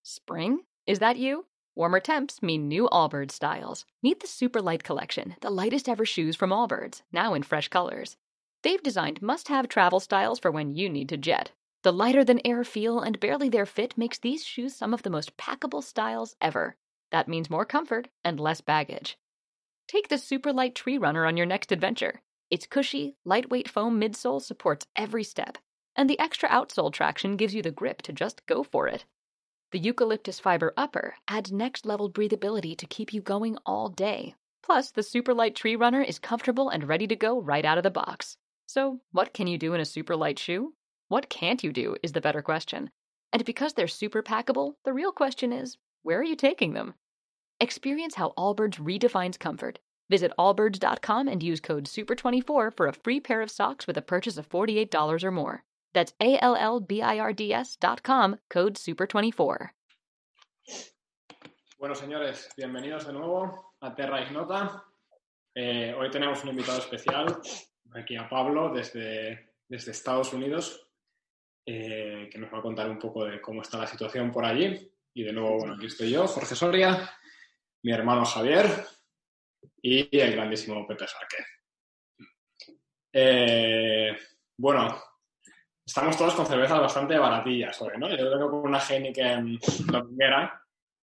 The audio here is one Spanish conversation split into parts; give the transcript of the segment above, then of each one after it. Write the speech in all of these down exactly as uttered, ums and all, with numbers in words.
Spring? Is that you? Warmer temps mean new Allbirds styles. Meet the Super Light Collection, the lightest ever shoes from Allbirds, now in fresh colors. They've designed must-have travel styles for when you need to jet. The lighter-than-air feel and barely-there fit makes these shoes some of the most packable styles ever. That means more comfort and less baggage. Take the Super Light Tree Runner on your next adventure. Its cushy, lightweight foam midsole supports every step, and the extra outsole traction gives you the grip to just go for it. The eucalyptus fiber upper adds next-level breathability to keep you going all day. Plus, the Super Light Tree Runner is comfortable and ready to go right out of the box. So, what can you do in a super light shoe? What can't you do is the better question. And because they're super packable, the real question is, where are you taking them? Experience how Allbirds redefines comfort. Visit allbirds dot com and use code super twenty-four for a free pair of socks with a purchase of forty-eight dollars or more. That's A L L B I R D S dot com, code super twenty-four. Bueno, señores, bienvenidos de nuevo a Terra Ignota. Eh, hoy tenemos un invitado especial, aquí a Pablo, desde, desde Estados Unidos, eh, que nos va a contar un poco de cómo está la situación por allí. Y de nuevo, bueno, aquí estoy yo, Jorge Soria, mi hermano Javier y el grandísimo Pepe Jarque. Eh, bueno, estamos todos con cervezas bastante baratillas hoy, ¿no? Yo vengo con una Heineken dominguera.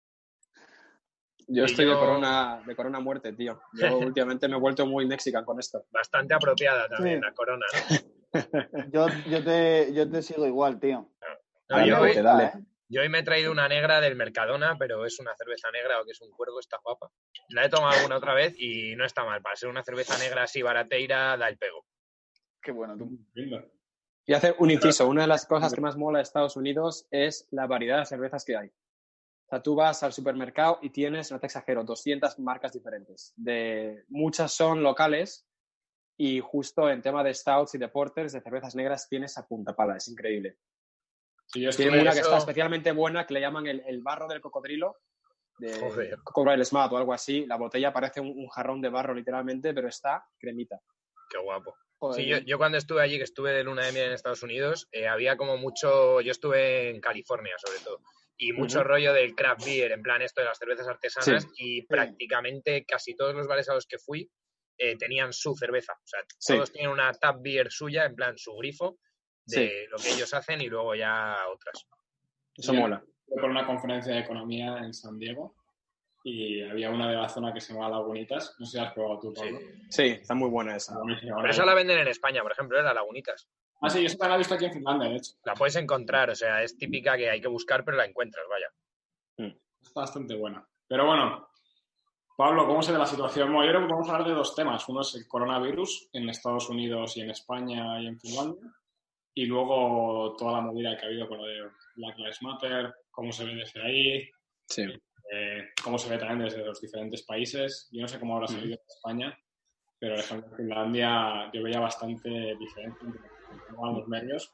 Yo estoy yo... de corona de corona muerte, tío. Yo últimamente me he vuelto muy mexican con esto. Bastante apropiada también, sí. La corona, ¿no? yo, yo, te, yo te sigo igual, tío. No, dale, yo, hoy, dale. ¿eh? Yo hoy me he traído una negra del Mercadona, pero es una cerveza negra o que es un cuervo, está guapa. La he tomado alguna otra vez y no está mal. Para ser una cerveza negra así barateira, da el pego. Qué bueno, tú. Y hacer un inciso. Una de las cosas que más mola de Estados Unidos es la variedad de cervezas que hay. O sea, tú vas al supermercado y tienes, no te exagero, doscientas marcas diferentes. De, muchas son locales y justo en tema de stouts y de porters, de cervezas negras, tienes a punta pala. Es increíble. Sí, tiene una eso... que está especialmente buena, que le llaman el, el barro del cocodrilo, de Crocodile Smart o algo así. La botella parece un, un jarrón de barro literalmente, pero está cremita. Qué guapo. Sí, yo, yo cuando estuve allí, que estuve de luna de miel en Estados Unidos, eh, había como mucho... Yo estuve en California, sobre todo. Y mucho uh-huh. rollo del craft beer, en plan esto de las cervezas artesanas, sí. Y prácticamente casi todos los bares a los que fui eh, tenían su cerveza. O sea, sí. Todos tienen una tap beer suya, en plan su grifo, de sí. Lo que ellos hacen y luego ya otras. Eso sí, mola. Fui por una conferencia de economía en San Diego y había una de la zona que se llama Lagunitas. No sé si has probado tú, Pablo. Sí, sí, está muy buena esa. Pero esa la venden en España, por ejemplo, la Lagunitas. Ah, sí, yo esa la he visto aquí en Finlandia, de hecho. La puedes encontrar, o sea, es típica que hay que buscar, pero la encuentras, vaya. Está bastante buena. Pero bueno, Pablo, ¿cómo se ve la situación? Bueno, yo creo que vamos a hablar de dos temas. Uno es el coronavirus en Estados Unidos y en España y en Finlandia. Y luego toda la movida que ha habido con lo de Black Lives Matter, cómo se ve desde ahí, sí. eh, cómo se ve también desde los diferentes países. Yo no sé cómo habrá salido en España, pero por ejemplo en Finlandia yo veía bastante diferente entre los medios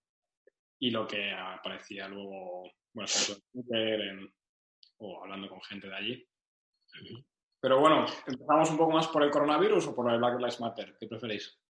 y lo que aparecía luego, bueno, sobre todo en Twitter en, o hablando con gente de allí. Pero bueno, ¿empezamos un poco más por el coronavirus o por el Black Lives Matter? ¿Qué preferís?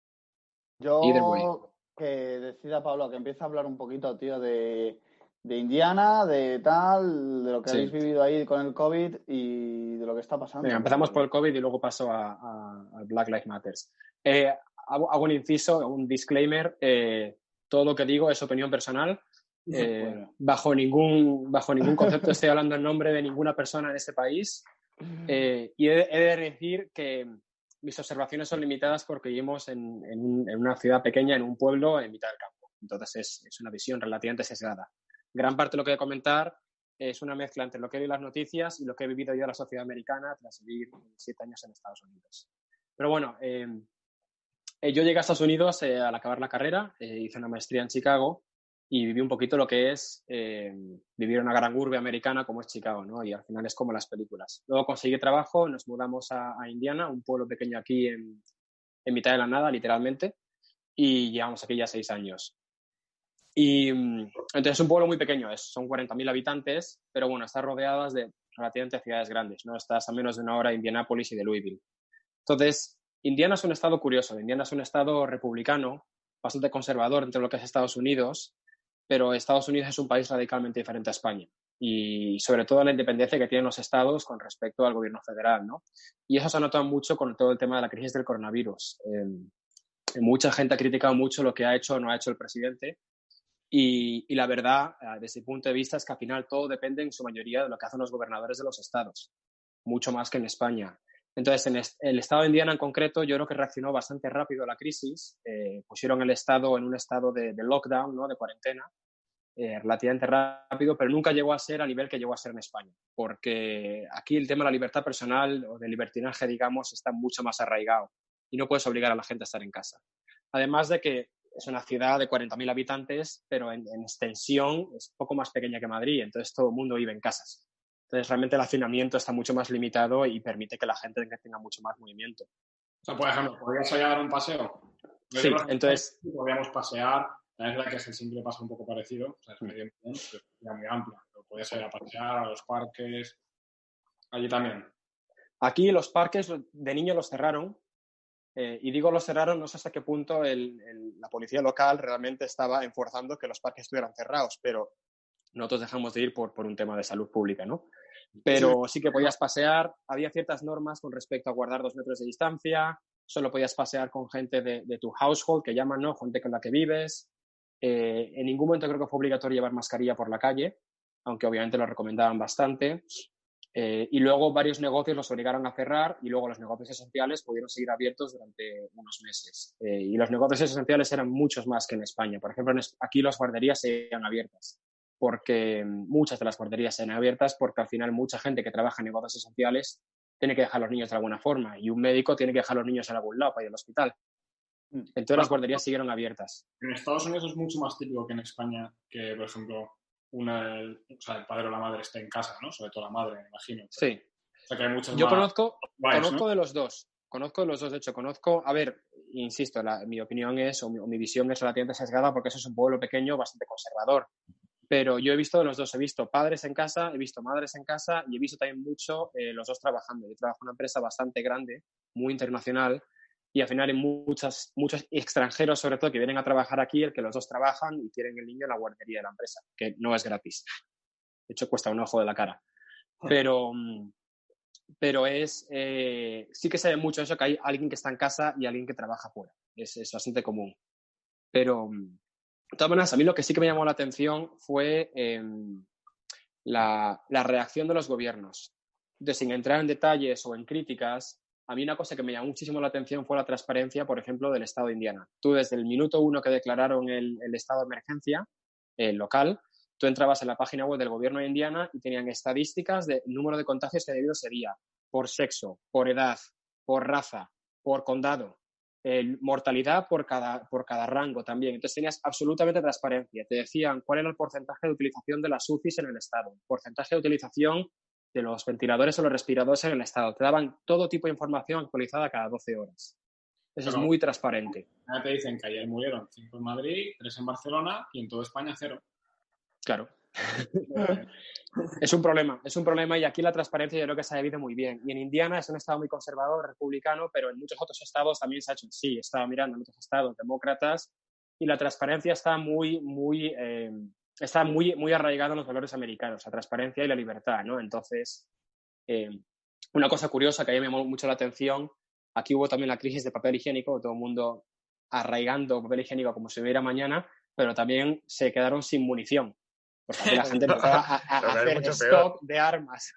Yo... que decida Pablo, que empiece a hablar un poquito, tío, de, de Indiana, de tal, de lo que sí. habéis vivido ahí con el COVID y de lo que está pasando. Venga, empezamos por el COVID y luego paso a, a, a Black Lives Matter. Eh, hago, hago un inciso, un disclaimer. Eh, todo lo que digo es opinión personal. Eh, bueno. bajo, ningún, bajo ningún concepto estoy hablando en nombre de ninguna persona en este país. Eh, y he, he de decir que mis observaciones son limitadas porque vivimos en, en, en una ciudad pequeña, en un pueblo, en mitad del campo. Entonces es, es una visión relativamente sesgada. Gran parte de lo que voy a comentar es una mezcla entre lo que he visto en las noticias y lo que he vivido yo en la sociedad americana tras vivir siete años en Estados Unidos. Pero bueno, eh, eh, yo llegué a Estados Unidos eh, al acabar la carrera, eh, hice una maestría en Chicago y viví un poquito lo que es eh, vivir en una gran urbe americana como es Chicago, ¿no? Y al final es como las películas. Luego conseguí trabajo, nos mudamos a, a Indiana, un pueblo pequeño aquí en, en mitad de la nada, literalmente, y llevamos aquí ya seis años. Y entonces es un pueblo muy pequeño, es, son cuarenta mil habitantes, pero bueno, está rodeado de relativamente ciudades grandes, ¿no? Estás a menos de una hora de Indianápolis y de Louisville. Entonces, Indiana es un estado curioso, Indiana es un estado republicano, bastante conservador entre lo que es Estados Unidos, pero Estados Unidos es un país radicalmente diferente a España. y sobre todo la independencia que tienen los estados con respecto al gobierno federal, ¿no? Y eso se ha notado mucho con todo el tema de la crisis del coronavirus. Eh, mucha gente ha criticado mucho lo que ha hecho o no ha hecho el presidente y, y la verdad, desde mi punto de vista, es que al final todo depende en su mayoría de lo que hacen los gobernadores de los estados, mucho más que en España. Entonces, en el estado de Indiana en concreto, yo creo que reaccionó bastante rápido a la crisis. Eh, pusieron el estado en un estado de, de lockdown, ¿no? De cuarentena, eh, relativamente rápido, pero nunca llegó a ser a nivel que llegó a ser en España. Porque aquí el tema de la libertad personal o de libertinaje, digamos, está mucho más arraigado y no puedes obligar a la gente a estar en casa. Además de que es una ciudad de cuarenta mil habitantes, pero en, en extensión es poco más pequeña que Madrid, entonces todo el mundo vive en casas. Entonces, realmente el hacinamiento está mucho más limitado y permite que la gente tenga mucho más movimiento. O sea, por ejemplo, ¿podrías ir a dar un paseo? Sí, entonces... Podríamos pasear, la verdad que es el simple pasa un poco parecido, o sea, es medio bien, pero es muy amplia. Pero podrías ir a pasear, a los parques, allí también. Aquí los parques de niños los cerraron, eh, y digo los cerraron, no sé hasta qué punto el, el, la policía local realmente estaba enforzando que los parques estuvieran cerrados, pero nosotros dejamos de ir por, por un tema de salud pública, ¿no? Pero sí que podías pasear, había ciertas normas con respecto a guardar dos metros de distancia, solo podías pasear con gente de, de tu household, que llaman, ¿no? Gente con la que vives. Eh, en ningún momento creo que fue obligatorio llevar mascarilla por la calle, aunque obviamente lo recomendaban bastante. Eh, y luego varios negocios los obligaron a cerrar y luego los negocios esenciales pudieron seguir abiertos durante unos meses. Eh, y los negocios esenciales eran muchos más que en España. Por ejemplo, en, aquí las guarderías seguían abiertas, porque muchas de las guarderías se han abiertas porque al final mucha gente que trabaja en negocios esenciales tiene que dejar a los niños de alguna forma y un médico tiene que dejar a los niños en algún lado para ir al hospital. Entonces las guarderías siguieron abiertas. En Estados Unidos es mucho más típico que en España que, por ejemplo, una, el, o sea, el padre o la madre esté en casa, ¿no? Sobre todo la madre, me imagino. Sí. O sea, que hay muchas Yo más conozco, guays, conozco ¿no? de los dos. Conozco de los dos, de hecho, conozco... A ver, insisto, la, mi opinión es, o mi, o mi visión es relativamente sesgada porque eso es un pueblo pequeño bastante conservador. Pero yo he visto de los dos, he visto padres en casa, he visto madres en casa y he visto también mucho eh, los dos trabajando. Yo trabajo en una empresa bastante grande, muy internacional, y al final hay muchas, muchos extranjeros, sobre todo, que vienen a trabajar aquí, el que los dos trabajan y tienen el niño en la guardería de la empresa, que no es gratis. De hecho, cuesta un ojo de la cara. Pero, pero es, eh, sí que se ve mucho eso, que hay alguien que está en casa y alguien que trabaja fuera. Es, es bastante común. Pero... De todas maneras, a mí lo que sí que me llamó la atención fue eh, la, la reacción de los gobiernos. Entonces, sin entrar en detalles o en críticas, a mí una cosa que me llamó muchísimo la atención fue la transparencia, por ejemplo, del estado de Indiana. Tú, desde el minuto uno que declararon el, el estado de emergencia eh, local, tú entrabas en la página web del gobierno de Indiana y tenían estadísticas del número de contagios que ha habido ese día, por sexo, por edad, por raza, por condado. Eh, mortalidad por cada, por cada rango también. Entonces tenías absolutamente transparencia. Te decían cuál era el porcentaje de utilización de las U C Is en el estado, porcentaje de utilización de los ventiladores o los respiradores en el estado. Te daban todo tipo de información actualizada cada doce horas. Eso Pero, es muy transparente. Ahora te dicen que ayer murieron cinco en Madrid, tres en Barcelona y en toda España cero. Claro. Es un problema, es un problema y aquí la transparencia yo creo que se ha vivido muy bien. Y en Indiana es un estado muy conservador, republicano, pero en muchos otros estados también se ha hecho. Sí, estaba mirando en muchos estados demócratas y la transparencia está muy, muy, eh, está muy, muy arraigada en los valores americanos, la transparencia y la libertad, ¿no? Entonces, eh, una cosa curiosa que a mí me llamó mucho la atención, aquí hubo también la crisis de papel higiénico, todo el mundo arraigando papel higiénico como si hubiera mañana, pero también se quedaron sin munición. Porque la gente empezaba a, a, a hacer stock de armas.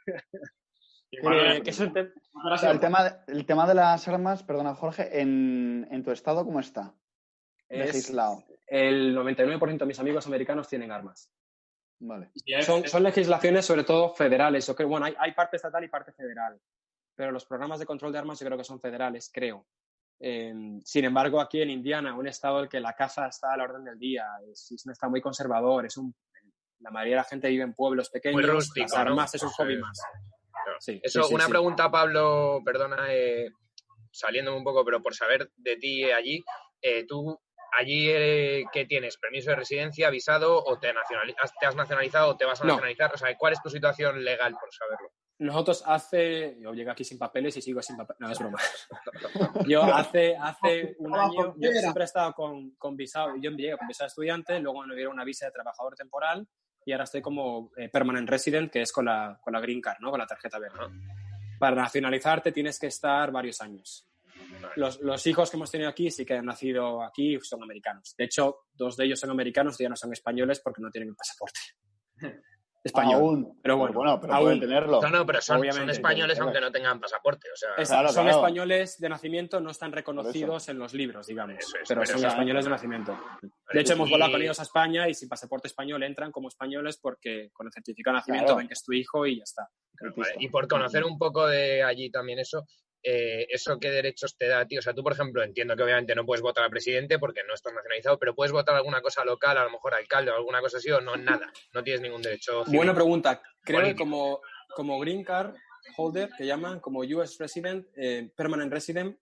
eh, que es el, te o sea, el, tema, el tema de las armas, perdona Jorge, en, en tu estado, ¿cómo está? Legislado. El noventa y nueve por ciento de mis amigos americanos tienen armas. Vale. Son, son legislaciones sobre todo federales. O que, bueno, hay, hay parte estatal y parte federal. Pero los programas de control de armas yo creo que son federales, creo. Eh, sin embargo, aquí en Indiana, un estado en el que la caza está a la orden del día, es, es un estado muy conservador, es un la mayoría de la gente vive en pueblos pequeños. Muy rústico, las armas ¿no? es un hobby más. Claro. Sí, Eso, sí, sí, una sí. pregunta, Pablo, perdona, eh, saliéndome un poco, pero por saber de ti allí, eh, tú allí, eh, ¿qué tienes? ¿Permiso de residencia, visado, o te, te has nacionalizado o te vas a no. nacionalizar? O sea, ¿cuál es tu situación legal, por saberlo? Nosotros hace... Yo llegué aquí sin papeles y sigo sin papeles. No, es broma. Yo hace, hace un año... Yo siempre he estado con, con visado... Yo llegué con visado de estudiante, luego me dieron una visa de trabajador temporal y ahora estoy como eh, permanent resident, que es con la, con la green card, ¿no? Con la tarjeta verde. Para nacionalizarte tienes que estar varios años. Los, los hijos que hemos tenido aquí sí que han nacido aquí, son americanos. De hecho, dos de ellos son americanos y ya no son españoles porque no tienen el pasaporte español. Aún. Pero bueno, pero, bueno, pero aún pueden tenerlo. No, no, pero son, son Obviamente. españoles aunque no tengan pasaporte. O sea, Es- Claro, son claro. españoles de nacimiento, no están reconocidos en los libros, digamos. Eso es, pero, pero son son- españoles de nacimiento. De hecho, hemos Y- volado con ellos a España y sin pasaporte español entran como españoles porque con el certificado de nacimiento Claro. ven que es tu hijo y ya está. Vale, y por conocer un poco de allí también eso, eh, ¿eso qué derechos te da, tío? O sea, tú, por ejemplo, entiendo que obviamente no puedes votar al presidente porque no estás nacionalizado, pero puedes votar alguna cosa local, a lo mejor alcalde o alguna cosa así, o no, nada. No tienes ningún derecho civil. Buena pregunta. Creo Político. que como, como Green Card Holder, que llaman, como U S Resident, eh, Permanent Resident,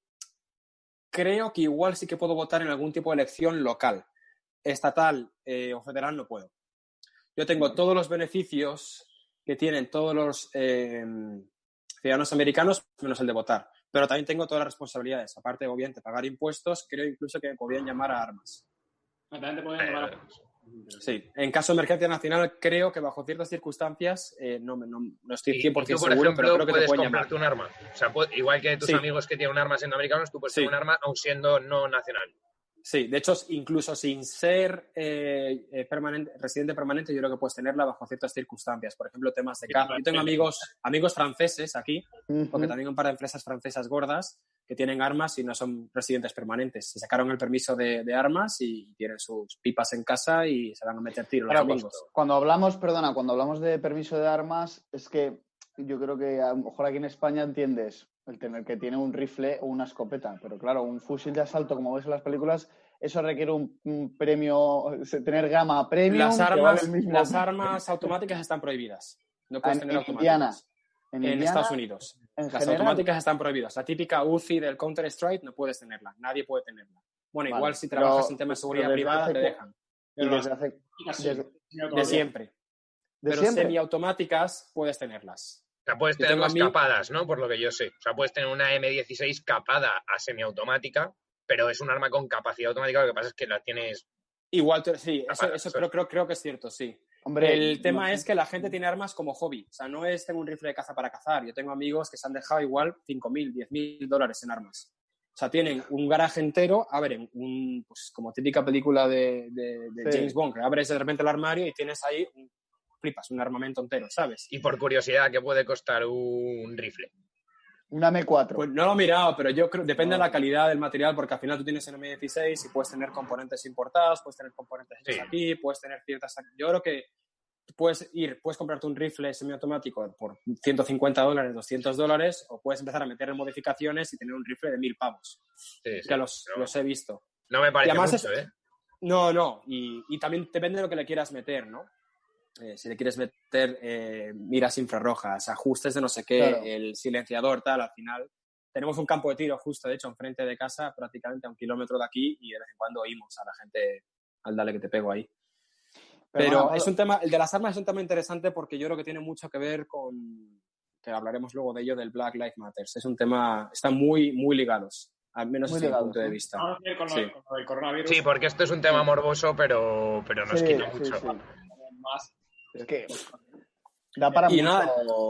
creo que igual sí que puedo votar en algún tipo de elección local. Estatal eh, o federal no puedo. Yo tengo todos los beneficios que tienen todos los eh, ciudadanos americanos, menos el de votar. Pero también tengo todas las responsabilidades. Aparte, obviamente, pagar impuestos, creo incluso que me podrían llamar a armas. También te pueden llamar a... Sí, en caso de emergencia nacional, creo que bajo ciertas circunstancias, eh, no, no, no estoy Y- cien y por ciento tú, por seguro, ejemplo, pero creo que te puedes pueden llamar. comprarte un arma. O sea, pu- igual que tus Sí. amigos que tienen armas siendo americanos, tú puedes Sí. tener un arma aun siendo no nacional. Sí, de hecho, incluso sin ser eh, eh, permanente, residente permanente, yo creo que puedes tenerla bajo ciertas circunstancias. Por ejemplo, temas de caza. Yo tengo amigos, amigos franceses aquí, porque también un par de empresas francesas gordas que tienen armas y no son residentes permanentes. Se sacaron el permiso de, de armas y tienen sus pipas en casa y se van a meter tiros los Claro, domingos. pues, cuando hablamos, perdona, cuando hablamos de permiso de armas, es que yo creo que a lo mejor aquí en España entiendes el tener que tiene un rifle o una escopeta, pero claro, un fusil de asalto, como ves en las películas, eso requiere un, un premio, tener gama premium. Las que vale armas, el mismo las precio. armas automáticas están prohibidas. No En, puedes tener en automáticas. Indiana. En, En Indiana, Estados Unidos. en Las general, automáticas están prohibidas. La típica U C I del Counter-Strike no puedes tenerla. Nadie puede tenerla. Bueno, Vale, igual si pero- trabajas en temas de pero seguridad desde privada hace te cu- dejan. y Pero desde hace, Casi, desde- De siempre. de Pero siempre. semiautomáticas puedes tenerlas. O sea, puedes Yo tengo tenerlas a mí- capadas, ¿no? Por lo que yo sé. O sea, puedes tener una eme dieciséis capada a semiautomática, pero es un arma con capacidad automática. Lo que pasa es que la tienes... Igual, tú- sí, eso, Capadas, eso eso creo, es. creo, creo que es cierto, sí. Hombre, El tema imagínate. es que la gente tiene armas como hobby. O sea, no es tengo un rifle de caza para cazar. Yo tengo amigos que se han dejado igual cinco mil, diez mil dólares en armas. O sea, tienen un garaje entero, abren un, pues como típica película de, de, de Sí. James Bond, que abres de repente el armario y tienes ahí, un, flipas, un armamento entero, ¿sabes? Y por curiosidad, ¿qué puede costar un rifle? Una eme cuatro. Pues no lo he mirado, pero yo creo, depende No. de la calidad del material, porque al final tú tienes en eme dieciséis y puedes tener componentes importados, puedes tener componentes hechos Sí. aquí, puedes tener ciertas... Yo creo que puedes ir, puedes comprarte un rifle semiautomático por ciento cincuenta dólares, doscientos dólares, o puedes empezar a meter modificaciones y tener un rifle de mil pavos, Sí, sí. que los, No, los he visto. no me parece Y además mucho, es- ¿eh? No, no, y, y también depende de lo que le quieras meter, ¿no? Eh, si le quieres meter eh, miras infrarrojas, ajustes de no sé qué, Claro. el silenciador, tal, al final. Tenemos un campo de tiro justo, de hecho, enfrente de casa, prácticamente a un kilómetro de aquí, y de vez en cuando oímos a la gente al dale que te pego ahí. Pero Perdona, es un tema, el de las armas es un tema interesante porque yo creo que tiene mucho que ver con, que hablaremos luego de ello, del Black Lives Matter. Es un tema, están muy, muy ligados, al menos Muy desde mi ligados, punto de ¿no? vista. Vamos a ir con lo, Sí. con lo del coronavirus. Sí, porque esto es un tema morboso, pero, pero nos Sí, quita sí, mucho. sí. Más. Es que da para Y mucho. nada.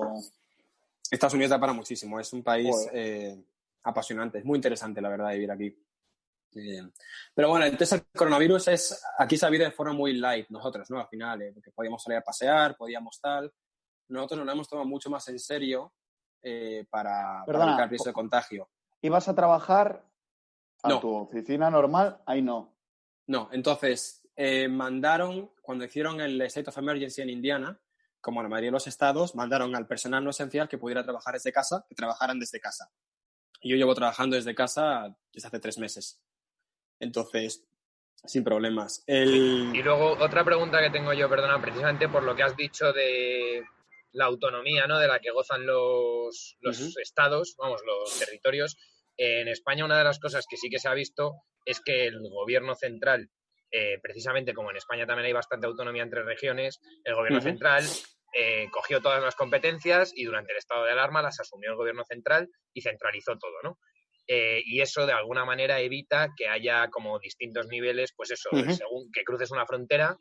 Estados Unidos da para muchísimo, es un país Joder. eh, apasionante, es muy interesante la verdad vivir aquí. Eh, pero bueno, el test del coronavirus es, aquí se ha vivido de forma muy light nosotros, ¿no? Al final, eh, porque podíamos salir a pasear, podíamos tal. Nosotros nos lo hemos tomado mucho más en serio eh, para, para Perdona, evitar el riesgo de contagio. ¿Ibas a trabajar a No. tu oficina normal? Ahí no. No, entonces eh, mandaron, cuando hicieron el State of Emergency en Indiana, como en la mayoría de los estados, mandaron al personal no esencial que pudiera trabajar desde casa, que trabajaran desde casa. Y yo llevo trabajando desde casa desde hace tres meses. Entonces, sin problemas. El... Y luego, otra pregunta que tengo yo, perdona, precisamente por lo que has dicho de la autonomía, ¿no? De la que gozan los, los Uh-huh. estados, vamos, los territorios. En España, una de las cosas que sí que se ha visto es que el gobierno central, eh, precisamente como en España también hay bastante autonomía entre regiones, el gobierno Uh-huh. central eh, cogió todas las competencias y durante el estado de alarma las asumió el gobierno central y centralizó todo, ¿no? Eh, y eso de alguna manera evita que haya como distintos niveles, pues eso, Uh-huh. según que cruces una frontera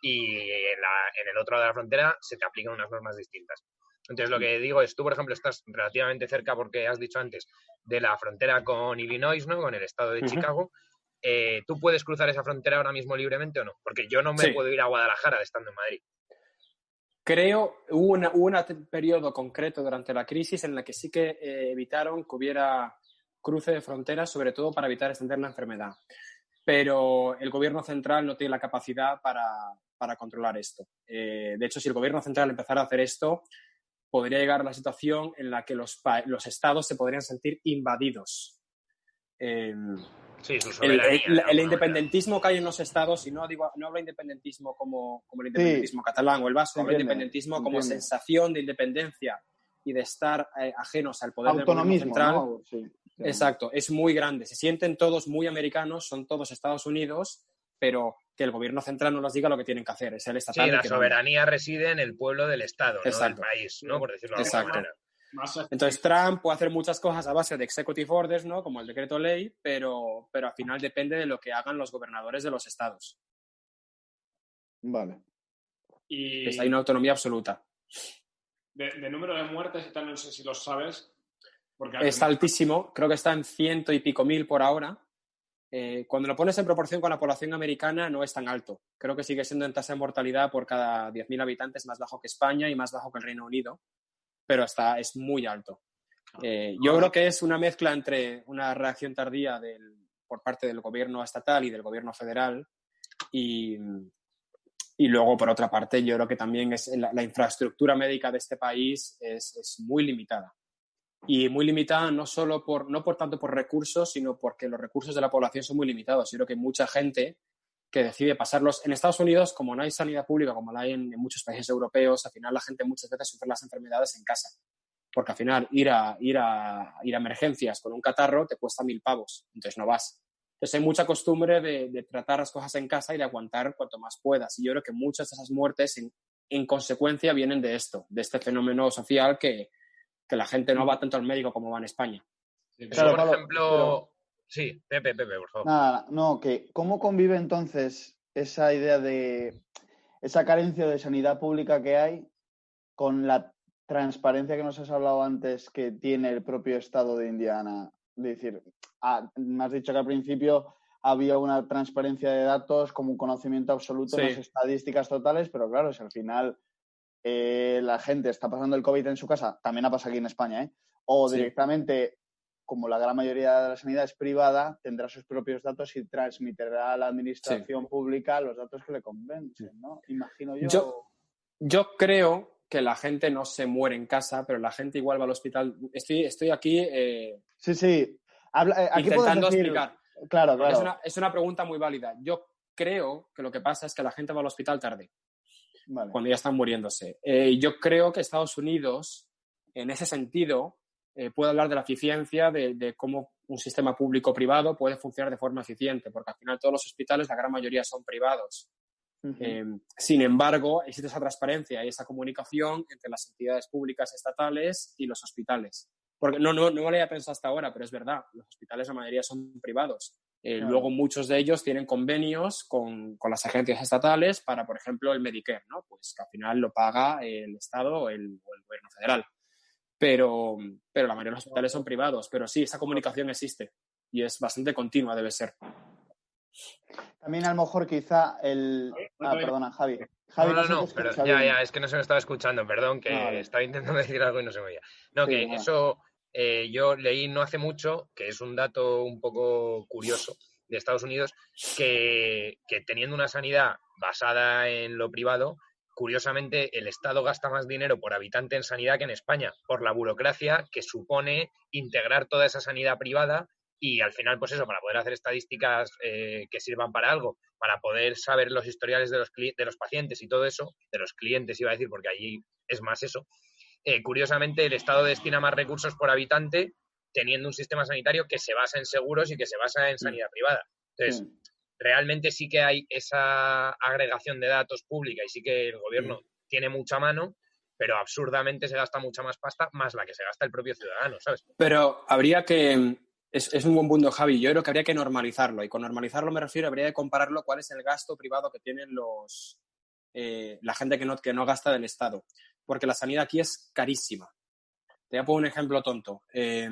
y en, la, en el otro lado de la frontera se te aplican unas normas distintas. Entonces, lo que digo es, tú, por ejemplo, estás relativamente cerca, porque has dicho antes, de la frontera con Illinois, ¿no? Con el estado de uh-huh. Chicago. Eh, ¿Tú puedes cruzar esa frontera ahora mismo libremente o no? Porque yo no me sí. puedo ir a Guadalajara estando en Madrid. Creo, hubo una, hubo un periodo concreto durante la crisis en la que sí que eh, evitaron que hubiera cruce de fronteras, sobre todo para evitar extender la enfermedad. Pero el gobierno central no tiene la capacidad para, para controlar esto. Eh, de hecho, si el gobierno central empezara a hacer esto, podría llegar a la situación en la que los, los estados se podrían sentir invadidos. Eh, sí, su soberanía. El, el, el independentismo que hay en los estados, y no, digo, no hablo de independentismo como, como el independentismo sí. catalán o el vasco, hablo de independentismo como entiende. sensación de independencia y de estar eh, ajenos al poder del gobierno central. ¿no? Sí, sí. Exacto, es muy grande. Se sienten todos muy americanos, son todos Estados Unidos, pero que el gobierno central no les diga lo que tienen que hacer. Es el estatal. Sí, la que soberanía no... reside en el pueblo del estado, Exacto. no del país, ¿no? Por decirlo de Exacto. alguna manera. Entonces Trump puede hacer muchas cosas a base de executive orders, ¿no? Como el decreto ley, pero, pero al final depende de lo que hagan los gobernadores de los estados. Vale. Y pues hay una autonomía absoluta. De, de número de muertes y tal, no sé si lo sabes. Porque está altísimo, creo que está en ciento y pico mil por ahora. Eh, cuando lo pones en proporción con la población americana no es tan alto. Creo que sigue siendo en tasa de mortalidad por cada diez mil habitantes más bajo que España y más bajo que el Reino Unido, pero está, es muy alto. Eh, yo creo que es una mezcla entre una reacción tardía del, por parte del gobierno estatal y del gobierno federal y, y luego, por otra parte, yo creo que también es la, la infraestructura médica de este país es, es muy limitada. Y muy limitada no solo por, no por tanto por recursos, sino porque los recursos de la población son muy limitados. Yo creo que hay mucha gente que decide pasarlos. En Estados Unidos, como no hay sanidad pública, como la hay en, en muchos países europeos, al final la gente muchas veces sufre las enfermedades en casa. Porque al final ir a, ir a, ir a emergencias con un catarro te cuesta mil pavos, entonces no vas. Entonces hay mucha costumbre de, de tratar las cosas en casa y de aguantar cuanto más puedas. Y yo creo que muchas de esas muertes, en, en consecuencia, vienen de esto, de este fenómeno social que que la gente no va tanto al médico como va en España. Sí, claro, por Pablo, ejemplo... Pero... Sí, Pepe, Pepe, por favor. Nada, no, que ¿cómo convive entonces esa idea de... esa carencia de sanidad pública que hay con la transparencia que nos has hablado antes que tiene el propio estado de Indiana? Es decir, ah, me has dicho que al principio había una transparencia de datos como un conocimiento absoluto, sí. Unas estadísticas totales, pero claro, si al final... Eh, la gente está pasando el COVID en su casa, también ha pasado aquí en España, ¿eh? O sí. directamente, como la gran mayoría de la sanidad es privada, tendrá sus propios datos y transmitirá a la administración sí. pública los datos que le convencen, ¿no? Imagino yo... yo. Yo creo que la gente no se muere en casa, pero la gente igual va al hospital. Estoy, estoy aquí... Eh, sí, sí. Habla, eh, aquí intentando decir... explicar. Claro, claro. Es una, es una pregunta muy válida. Yo creo que lo que pasa es que la gente va al hospital tarde. Vale. Cuando ya están muriéndose. Eh, yo creo que Estados Unidos, en ese sentido, eh, puede hablar de la eficiencia de, de cómo un sistema público-privado puede funcionar de forma eficiente, porque al final todos los hospitales, la gran mayoría son privados. Uh-huh. Eh, sin embargo, existe esa transparencia y esa comunicación entre las entidades públicas estatales y los hospitales. Porque no, no, no me lo había pensado hasta ahora, pero es verdad, los hospitales la mayoría son privados. Eh, claro. Luego muchos de ellos tienen convenios con, con las agencias estatales para, por ejemplo, el Medicare, ¿no? Pues que al final lo paga el Estado o el, o el gobierno federal. Pero, pero la mayoría de los hospitales son privados. Pero sí, esa comunicación existe y es bastante continua, debe ser. También a lo mejor quizá el... Ah, perdona, Javi. Javi no, no, no, no pero ya, ya, es que no se me estaba escuchando, perdón, que ah, vale. estaba intentando decir algo y no se me oía. No, sí, que nada. eso... Eh, yo leí no hace mucho, que es un dato un poco curioso de Estados Unidos, que, que teniendo una sanidad basada en lo privado, curiosamente el Estado gasta más dinero por habitante en sanidad que en España, por la burocracia que supone integrar toda esa sanidad privada y al final, pues eso, para poder hacer estadísticas eh, que sirvan para algo, para poder saber los historiales de los, cli- de los pacientes y todo eso, de los clientes iba a decir, porque allí es más eso. Eh, curiosamente, el Estado destina más recursos por habitante teniendo un sistema sanitario que se basa en seguros y que se basa en sanidad privada. Entonces, sí. realmente sí que hay esa agregación de datos pública y sí que el gobierno sí. tiene mucha mano, pero absurdamente se gasta mucha más pasta, más la que se gasta el propio ciudadano, ¿sabes? Pero habría que... Es, es un buen punto, Javi. Yo creo que habría que normalizarlo. Y con normalizarlo me refiero, habría que compararlo cuál es el gasto privado que tienen los... eh, la gente que no, que no gasta del Estado, porque la sanidad aquí es carísima. Te voy a poner un ejemplo tonto. Eh,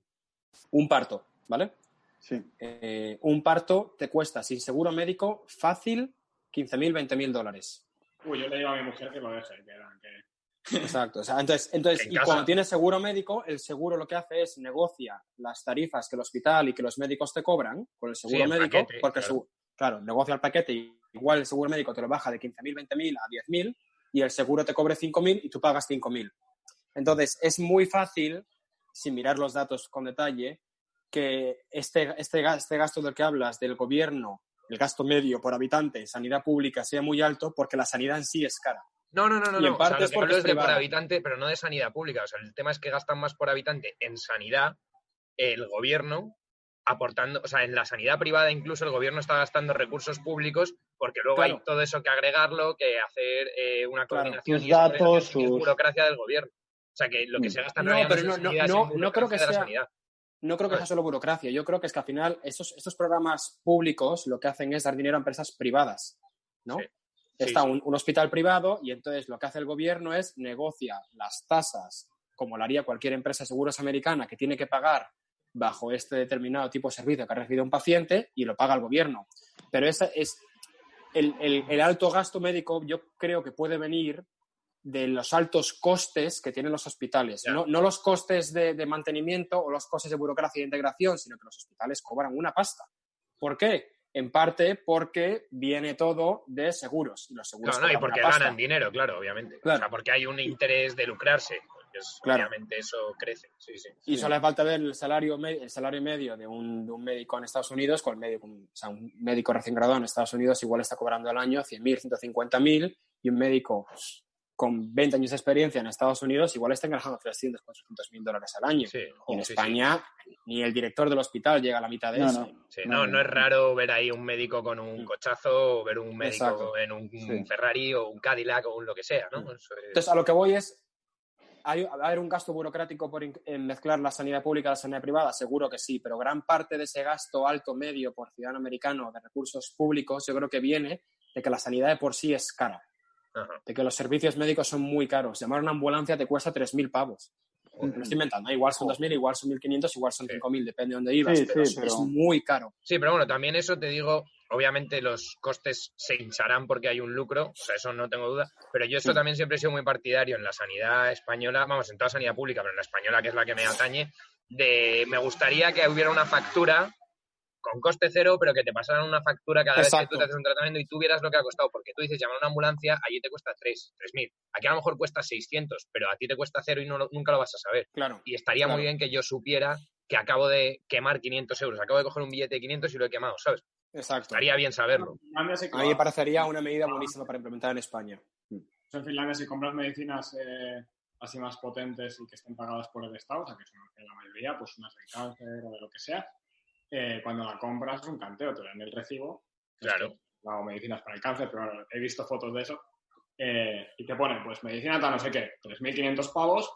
un parto, ¿vale? Sí. Eh, un parto te cuesta, sin seguro médico, fácil, quince mil, veinte mil dólares. Uy, yo le digo a mi mujer que lo deje, que era, que... Exacto. O sea, entonces, entonces y cuando tienes seguro médico, el seguro lo que hace es negocia las tarifas que el hospital y que los médicos te cobran con el seguro sí, el médico, paquete, porque claro. Su, claro, negocia el paquete y igual el seguro médico te lo baja de quince mil, veinte mil a diez mil y el seguro te cobre cinco mil y tú pagas cinco mil. Entonces, es muy fácil, sin mirar los datos con detalle, que este, este, este gasto del que hablas del gobierno, el gasto medio por habitante en sanidad pública sea muy alto porque la sanidad en sí es cara. No, no, no, no. Y en no. parte o sea, es lo que porque hablo es es de por privada. habitante, pero no de sanidad pública. O sea, el tema es que gastan más por habitante en sanidad el gobierno aportando, o sea, en la sanidad privada incluso el gobierno está gastando recursos públicos porque luego Claro. hay todo eso que agregarlo, que hacer eh, una Claro. coordinación Tus y esa datos, coordinación que es sus- burocracia del gobierno. O sea, que lo que se gasta en No, realidad pero es no, en no, sanidad, es no, en no creo que burocracia de la sea... sanidad. No creo que sea solo burocracia. Yo creo que es que al final estos, estos programas públicos lo que hacen es dar dinero a empresas privadas, ¿no? Sí. Está Sí, sí. Un, un hospital privado y entonces lo que hace el gobierno es negocia las tasas, como lo haría cualquier empresa de seguros americana que tiene que pagar bajo este determinado tipo de servicio que ha recibido un paciente y lo paga el gobierno. Pero ese es el, el, el alto gasto médico, yo creo que puede venir de los altos costes que tienen los hospitales. No, no los costes de, de mantenimiento o los costes de burocracia y de integración, sino que los hospitales cobran una pasta. ¿Por qué? En parte porque viene todo de seguros. Y los seguros Claro, no, y cobran porque una pasta. ganan dinero, claro, obviamente. Claro. O sea, porque hay un interés de lucrarse. Pues, Claro. obviamente eso crece. Sí, sí. Y solo hace falta ver el salario, el salario medio de un, de un médico en Estados Unidos, con el médico, o sea, un médico recién graduado en Estados Unidos igual está cobrando al año cien mil, ciento cincuenta mil, y un médico con veinte años de experiencia en Estados Unidos igual está engrajando trescientos, cuatrocientos mil dólares al año. Sí, y en sí, España sí. ni el director del hospital llega a la mitad de No, eso. no. Sí, no, no es raro ver ahí un médico con un Mm. cochazo o ver un médico Exacto. en un Sí. Ferrari o un Cadillac o un lo que sea, ¿no? Mm. Eso es... Entonces, a lo que voy es, ¿hay, ¿va a haber un gasto burocrático por in- en mezclar la sanidad pública y la sanidad privada? Seguro que sí, pero gran parte de ese gasto alto, medio, por ciudadano americano de recursos públicos, yo creo que viene de que la sanidad de por sí es cara. Ajá. De que los servicios médicos son muy caros. Llamar a una ambulancia te cuesta tres mil pavos. Me lo estoy inventando, ¿eh? Igual son dos mil, igual son mil quinientos, igual son Sí. cinco mil, depende de dónde ibas, Sí, pero, sí, es, pero- es muy caro. Sí, pero bueno, también eso te digo, obviamente los costes se hincharán porque hay un lucro, o sea, eso no tengo duda, pero yo eso Sí. también siempre he sido muy partidario en la sanidad española, vamos, en toda sanidad pública, pero en la española, que es la que me atañe, de me gustaría que hubiera una factura con coste cero, pero que te pasaran una factura cada vez que Exacto. tú te haces un tratamiento y tú vieras lo que ha costado, porque tú dices llamar a una ambulancia, allí te cuesta tres mil, aquí a lo mejor cuesta seiscientos, pero a ti te cuesta cero y no, lo- nunca lo vas a saber. Claro. Y estaría Claro. muy bien que yo supiera que acabo de quemar quinientos euros, acabo de coger un billete de quinientos y lo he quemado, ¿sabes? Exacto. Estaría bien saberlo. En Finlandia sí que A mí me va. parecería una medida buenísima para implementar en España. En Finlandia, si compras medicinas eh, así más potentes y que estén pagadas por el Estado, o sea, que son que la mayoría, pues unas de cáncer o de lo que sea, eh, cuando la compras es un canteo, te dan el recibo. Claro. Es que no hago medicinas para el cáncer, pero bueno, he visto fotos de eso. Eh, y te ponen, pues, medicina tal no sé qué, tres mil quinientos pavos,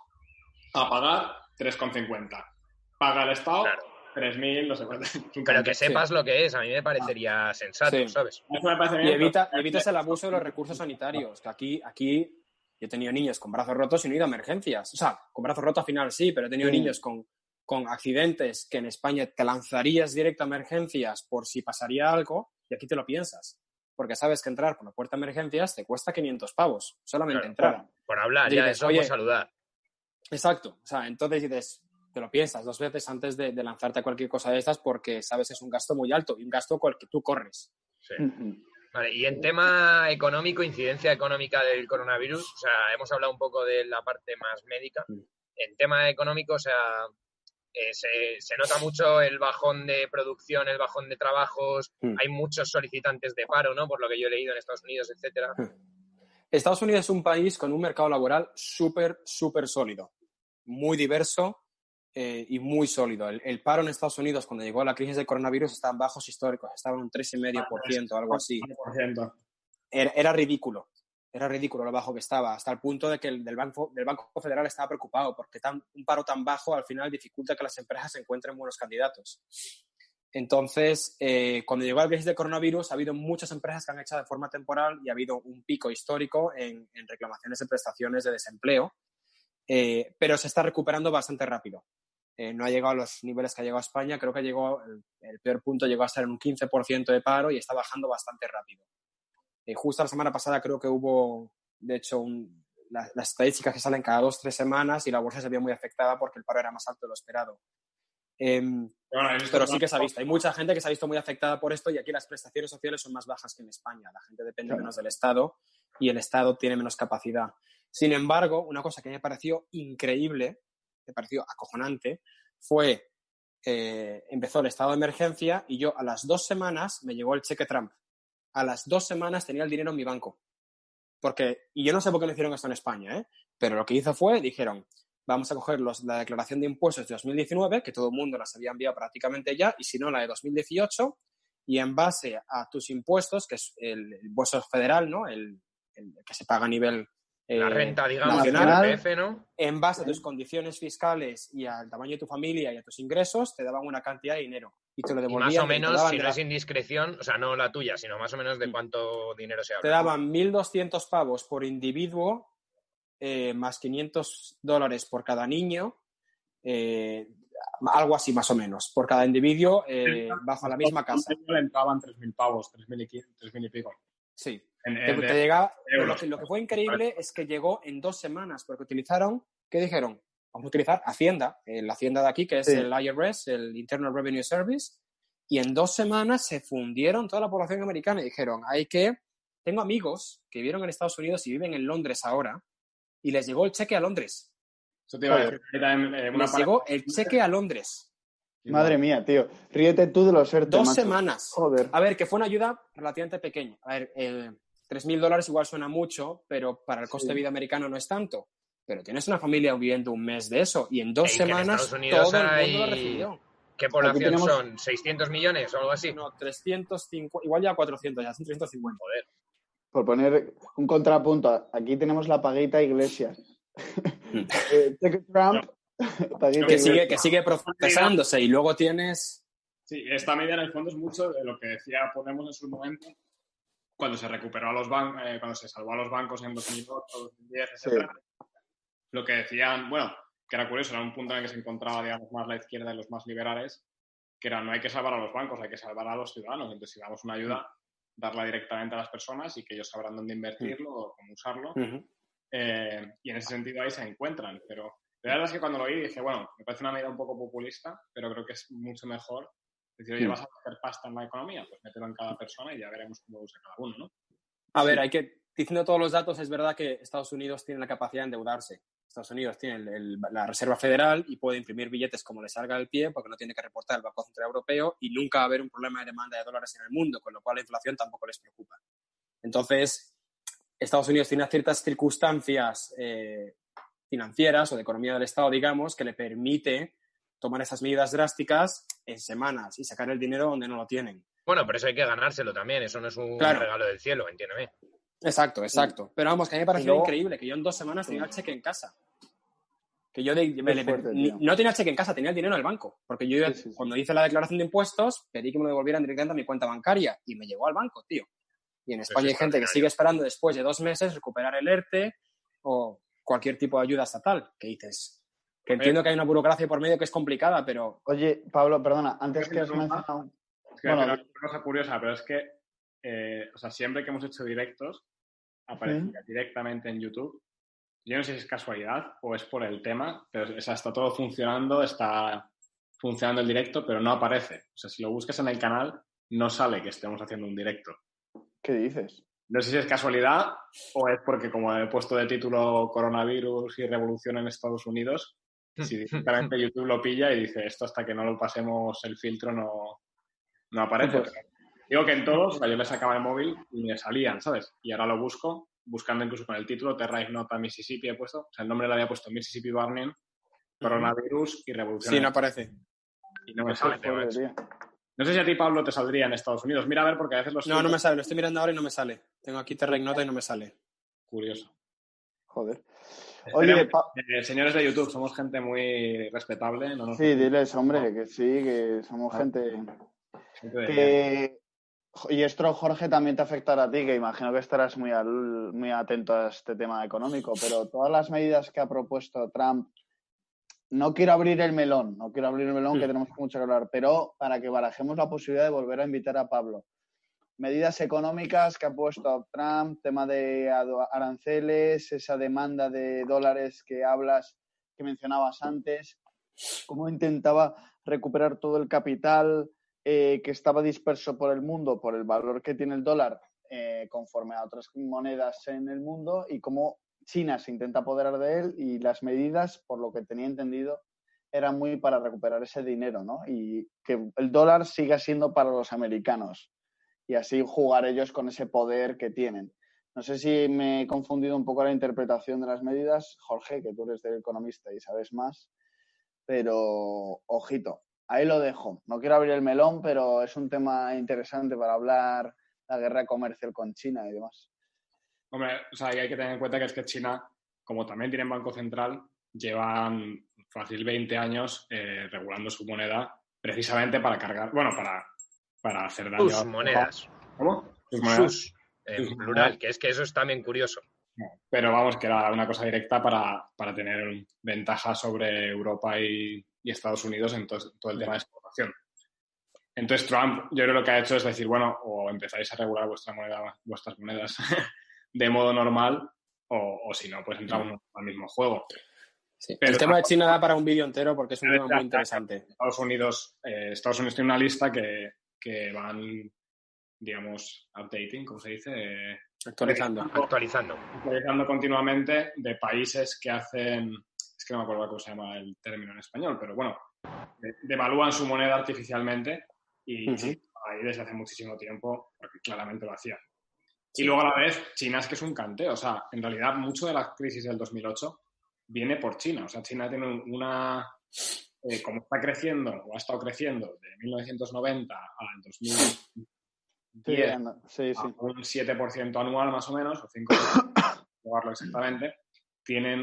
a pagar tres coma cincuenta. Paga el Estado, Claro. tres mil, no sé cuánto. Es un Pero canteo. que sepas lo que es, a mí me parecería sensato, Sí. ¿sabes? Eso me parece Y, bien, evita, pero- y evitas el abuso de los recursos sanitarios, que aquí, aquí yo he tenido niños con brazos rotos y no he ido a emergencias. O sea, con brazos rotos al final sí, pero he tenido Sí. niños con, con accidentes que en España te lanzarías directo a emergencias por si pasaría algo y aquí te lo piensas. Porque sabes que entrar por la puerta de emergencias te cuesta quinientos pavos, solamente Claro. entrar. Por hablar, Dices, ya, eso oye, por saludar. Exacto. O sea, entonces dices, te lo piensas dos veces antes de, de lanzarte a cualquier cosa de estas porque sabes que es un gasto muy alto y un gasto con el que tú corres. Sí. Ujú. Vale, y en tema económico, incidencia económica del coronavirus, o sea, hemos hablado un poco de la parte más médica. Mm. En tema económico, o sea, eh, se, se nota mucho el bajón de producción, el bajón de trabajos, Mm. hay muchos solicitantes de paro, ¿no? Por lo que yo he leído en Estados Unidos, etcétera. Estados Unidos es un país con un mercado laboral súper, súper sólido, muy diverso eh, y muy sólido. El, el paro en Estados Unidos, cuando llegó la crisis del coronavirus, estaba en bajos históricos, estaba en un tres coma cinco por ciento, algo así. por ciento. Era, era ridículo, era ridículo lo bajo que estaba, hasta el punto de que el del Banco, del Banco Federal estaba preocupado, porque tan, un paro tan bajo al final dificulta que las empresas encuentren buenos candidatos. Entonces, eh, cuando llegó la crisis de coronavirus, ha habido muchas empresas que han echado de forma temporal y ha habido un pico histórico en, en reclamaciones de prestaciones de desempleo, eh, pero se está recuperando bastante rápido. Eh, no ha llegado a los niveles que ha llegado a España, creo que llegó, el, el peor punto llegó a estar en un quince por ciento de paro y está bajando bastante rápido. Eh, justo la semana pasada creo que hubo, de hecho, un, la, las estadísticas que salen cada dos o tres semanas y la bolsa se vio muy afectada porque el paro era más alto de lo esperado. Eh, bueno, pero sí que se ha visto. Hay mucha gente que se ha visto muy afectada por esto y aquí las prestaciones sociales son más bajas que en España. La gente depende claro. menos del Estado y el Estado tiene menos capacidad. Sin embargo, una cosa que me pareció increíble, me pareció acojonante, fue eh, empezó el estado de emergencia y yo a las dos semanas me llegó el cheque Trump. A las dos semanas tenía el dinero en mi banco. Porque, y yo no sé por qué no hicieron esto en España, ¿eh? Pero lo que hizo fue, dijeron, vamos a coger los, la declaración de impuestos de dos mil diecinueve, que todo el mundo las había enviado prácticamente ya, y si no, la de dos mil dieciocho, y en base a tus impuestos, que es el, el impuesto federal, ¿no? El, el que se paga a nivel eh, la renta, digamos, nacional, el I R P F, ¿no? En base a tus condiciones fiscales y al tamaño de tu familia y a tus ingresos, te daban una cantidad de dinero. Y te lo devolvían. Y más o menos, si no la... es indiscreción, o sea, no la tuya, sino más o menos de cuánto dinero se habla. Te daban mil doscientos pavos por individuo, Eh, más quinientos dólares por cada niño, eh, algo así más o menos, por cada individuo eh, bajo la misma casa. Le entraban tres mil pavos, tres mil y pico. Sí. En, te, en, te llegaba, lo, que, lo que fue increíble es que llegó en dos semanas, porque utilizaron, ¿qué dijeron? Vamos a utilizar Hacienda, eh, la Hacienda de aquí, que es sí. el I R S, el Internal Revenue Service, y en dos semanas se fundieron toda la población americana y dijeron, hay que... Tengo amigos que vivieron en Estados Unidos y viven en Londres ahora, y les llegó el cheque a Londres. Eso te iba a decir. Eh, les llegó el cheque a Londres. Madre mía, tío. Ríete tú de los ERTE, Dos macho. semanas. Joder. A ver, que fue una ayuda relativamente pequeña. A ver, eh, tres mil dólares igual suena mucho, pero para el coste sí. de vida americano no es tanto. Pero tienes una familia viviendo un mes de eso y en dos Ey, semanas todo el mundo lo recibió. ¿Qué población tenemos... son? ¿seiscientos millones o algo así? No, trescientos cincuenta, igual ya cuatrocientos, ya son trescientos cincuenta. Joder. Por poner un contrapunto, aquí tenemos la paguita Iglesias. eh, Trump, paguita que, sigue, que sigue procesándose y luego tienes... Sí, esta medida en el fondo es mucho de lo que decía Podemos en su momento, cuando se recuperó a los bancos, eh, cuando se salvó a los bancos en dos mil ocho, dos mil diez, etcétera. Sí. Lo que decían, bueno, que era curioso, era un punto en el que se encontraba, digamos, más la izquierda y los más liberales, que era, no hay que salvar a los bancos, hay que salvar a los ciudadanos. Entonces, si damos una ayuda, darla directamente a las personas y que ellos sabrán dónde invertirlo o cómo usarlo. Uh-huh. Eh, y en ese sentido ahí se encuentran. Pero la verdad es que cuando lo oí dije, bueno, me parece una medida un poco populista, pero creo que es mucho mejor decir, oye, ¿vas a hacer pasta en la economía? Pues mételo en cada persona y ya veremos cómo lo usa cada uno, ¿no? A ver, hay que, diciendo todos los datos, es verdad que Estados Unidos tiene la capacidad de endeudarse. Estados Unidos tiene el, el, la Reserva Federal y puede imprimir billetes como le salga del pie porque no tiene que reportar el Banco Central Europeo y nunca va a haber un problema de demanda de dólares en el mundo, con lo cual la inflación tampoco les preocupa. Entonces, Estados Unidos tiene ciertas circunstancias eh, financieras o de economía del Estado, digamos, que le permite tomar esas medidas drásticas en semanas y sacar el dinero donde no lo tienen. Bueno, pero eso hay que ganárselo también, eso no es un claro. regalo del cielo, entiéndeme. Exacto, exacto. Sí. Pero vamos, que a mí me pareció luego... increíble que yo en dos semanas tenía el cheque en casa. Que yo de, me, fuerte, ni, no tenía el cheque en casa, tenía el dinero en el banco. Porque yo sí, sí, sí. cuando hice la declaración de impuestos pedí que me lo devolvieran directamente a mi cuenta bancaria y me llegó al banco, tío. Y en España hay gente que sigue esperando después de dos meses recuperar el ERTE o cualquier tipo de ayuda estatal. ¿Qué dices? Que entiendo que hay una burocracia por medio que es complicada, pero... Oye, Pablo, perdona, antes que has mencionado... Es que bueno, una cosa curiosa, pero es que eh, o sea, siempre que hemos hecho directos aparecía ¿sí? directamente en YouTube. Yo no sé si es casualidad o es por el tema, pero o sea, está todo funcionando, está funcionando el directo, pero no aparece. O sea, si lo buscas en el canal, no sale que estemos haciendo un directo. ¿Qué dices? No sé si es casualidad o es porque, como he puesto de título coronavirus y revolución en Estados Unidos, si directamente YouTube lo pilla y dice esto hasta que no lo pasemos el filtro no, no aparece. Pues, digo que en todos, o sea, yo le sacaba el móvil y me salían, ¿sabes? Y ahora lo busco, buscando incluso con el título, Terra Ignota Mississippi he puesto, o sea, el nombre le había puesto Mississippi Burning, coronavirus y revolución. Sí, no aparece. Y no me sale. No sé si a ti, Pablo, te saldría en Estados Unidos. Mira a ver, porque a veces los... No, no me sale, lo estoy mirando ahora y no me sale. Tengo aquí Terra Ignota y no me sale. Curioso. Joder. Oye, pa... eh, señores de YouTube, somos gente muy respetable. No nos... Sí, diles, hombre, que sí, que somos gente... Que, y esto, Jorge, también te afectará a ti, que imagino que estarás muy, al, muy atento a este tema económico, pero todas las medidas que ha propuesto Trump, no quiero abrir el melón, no quiero abrir el melón, mm. que tenemos mucho que hablar, pero para que barajemos la posibilidad de volver a invitar a Pablo. Medidas económicas que ha puesto Trump, tema de aranceles, esa demanda de dólares que hablas, que mencionabas antes, cómo intentaba recuperar todo el capital eh, que estaba disperso por el mundo, por el valor que tiene el dólar eh, conforme a otras monedas en el mundo, y cómo China se intenta apoderar de él, y las medidas, por lo que tenía entendido, eran muy para recuperar ese dinero, ¿no? Y que el dólar siga siendo para los americanos y así jugar ellos con ese poder que tienen. No sé si me he confundido un poco la interpretación de las medidas, Jorge, que tú eres del economista y sabes más, pero ojito, ahí lo dejo. No quiero abrir el melón, pero es un tema interesante para hablar la guerra comercial con China y demás. Hombre, o sea, hay que tener en cuenta que es que China, como también tienen Banco Central, llevan fácil veinte años eh, regulando su moneda precisamente para cargar, bueno, para, para hacer daño. Sus monedas. ¿Cómo? Sus monedas. Sus, en Sus plural, monedas. Que es que eso es también curioso. Pero vamos, que era una cosa directa para, para tener ventaja sobre Europa y, y Estados Unidos en todo, todo el tema de exportación. Entonces Trump, yo creo que lo que ha hecho es decir, bueno, o empezáis a regular vuestra moneda, vuestras monedas de modo normal, o, o si no, pues entramos al mismo juego. Sí. El tema de China da para un vídeo entero porque es un tema muy interesante. Estados Unidos, eh, Estados Unidos tiene una lista que, que van, digamos, updating, ¿cómo se dice? Eh, actualizando. Actualizando. Actualizando continuamente de países que hacen, es que no me acuerdo cómo se llama el término en español, pero bueno, de, devalúan su moneda artificialmente y uh-huh. sí, ahí desde hace muchísimo tiempo, porque claramente lo hacía. Y luego a la vez, China es que es un canteo. O sea, en realidad, mucho de la crisis del dos mil ocho viene por China. O sea, China tiene una... Eh, como está creciendo, o ha estado creciendo de mil novecientos noventa al dos mil diez, sí, sí, sí. a un siete por ciento anual más o menos, o cinco por ciento, probarlo exactamente, tienen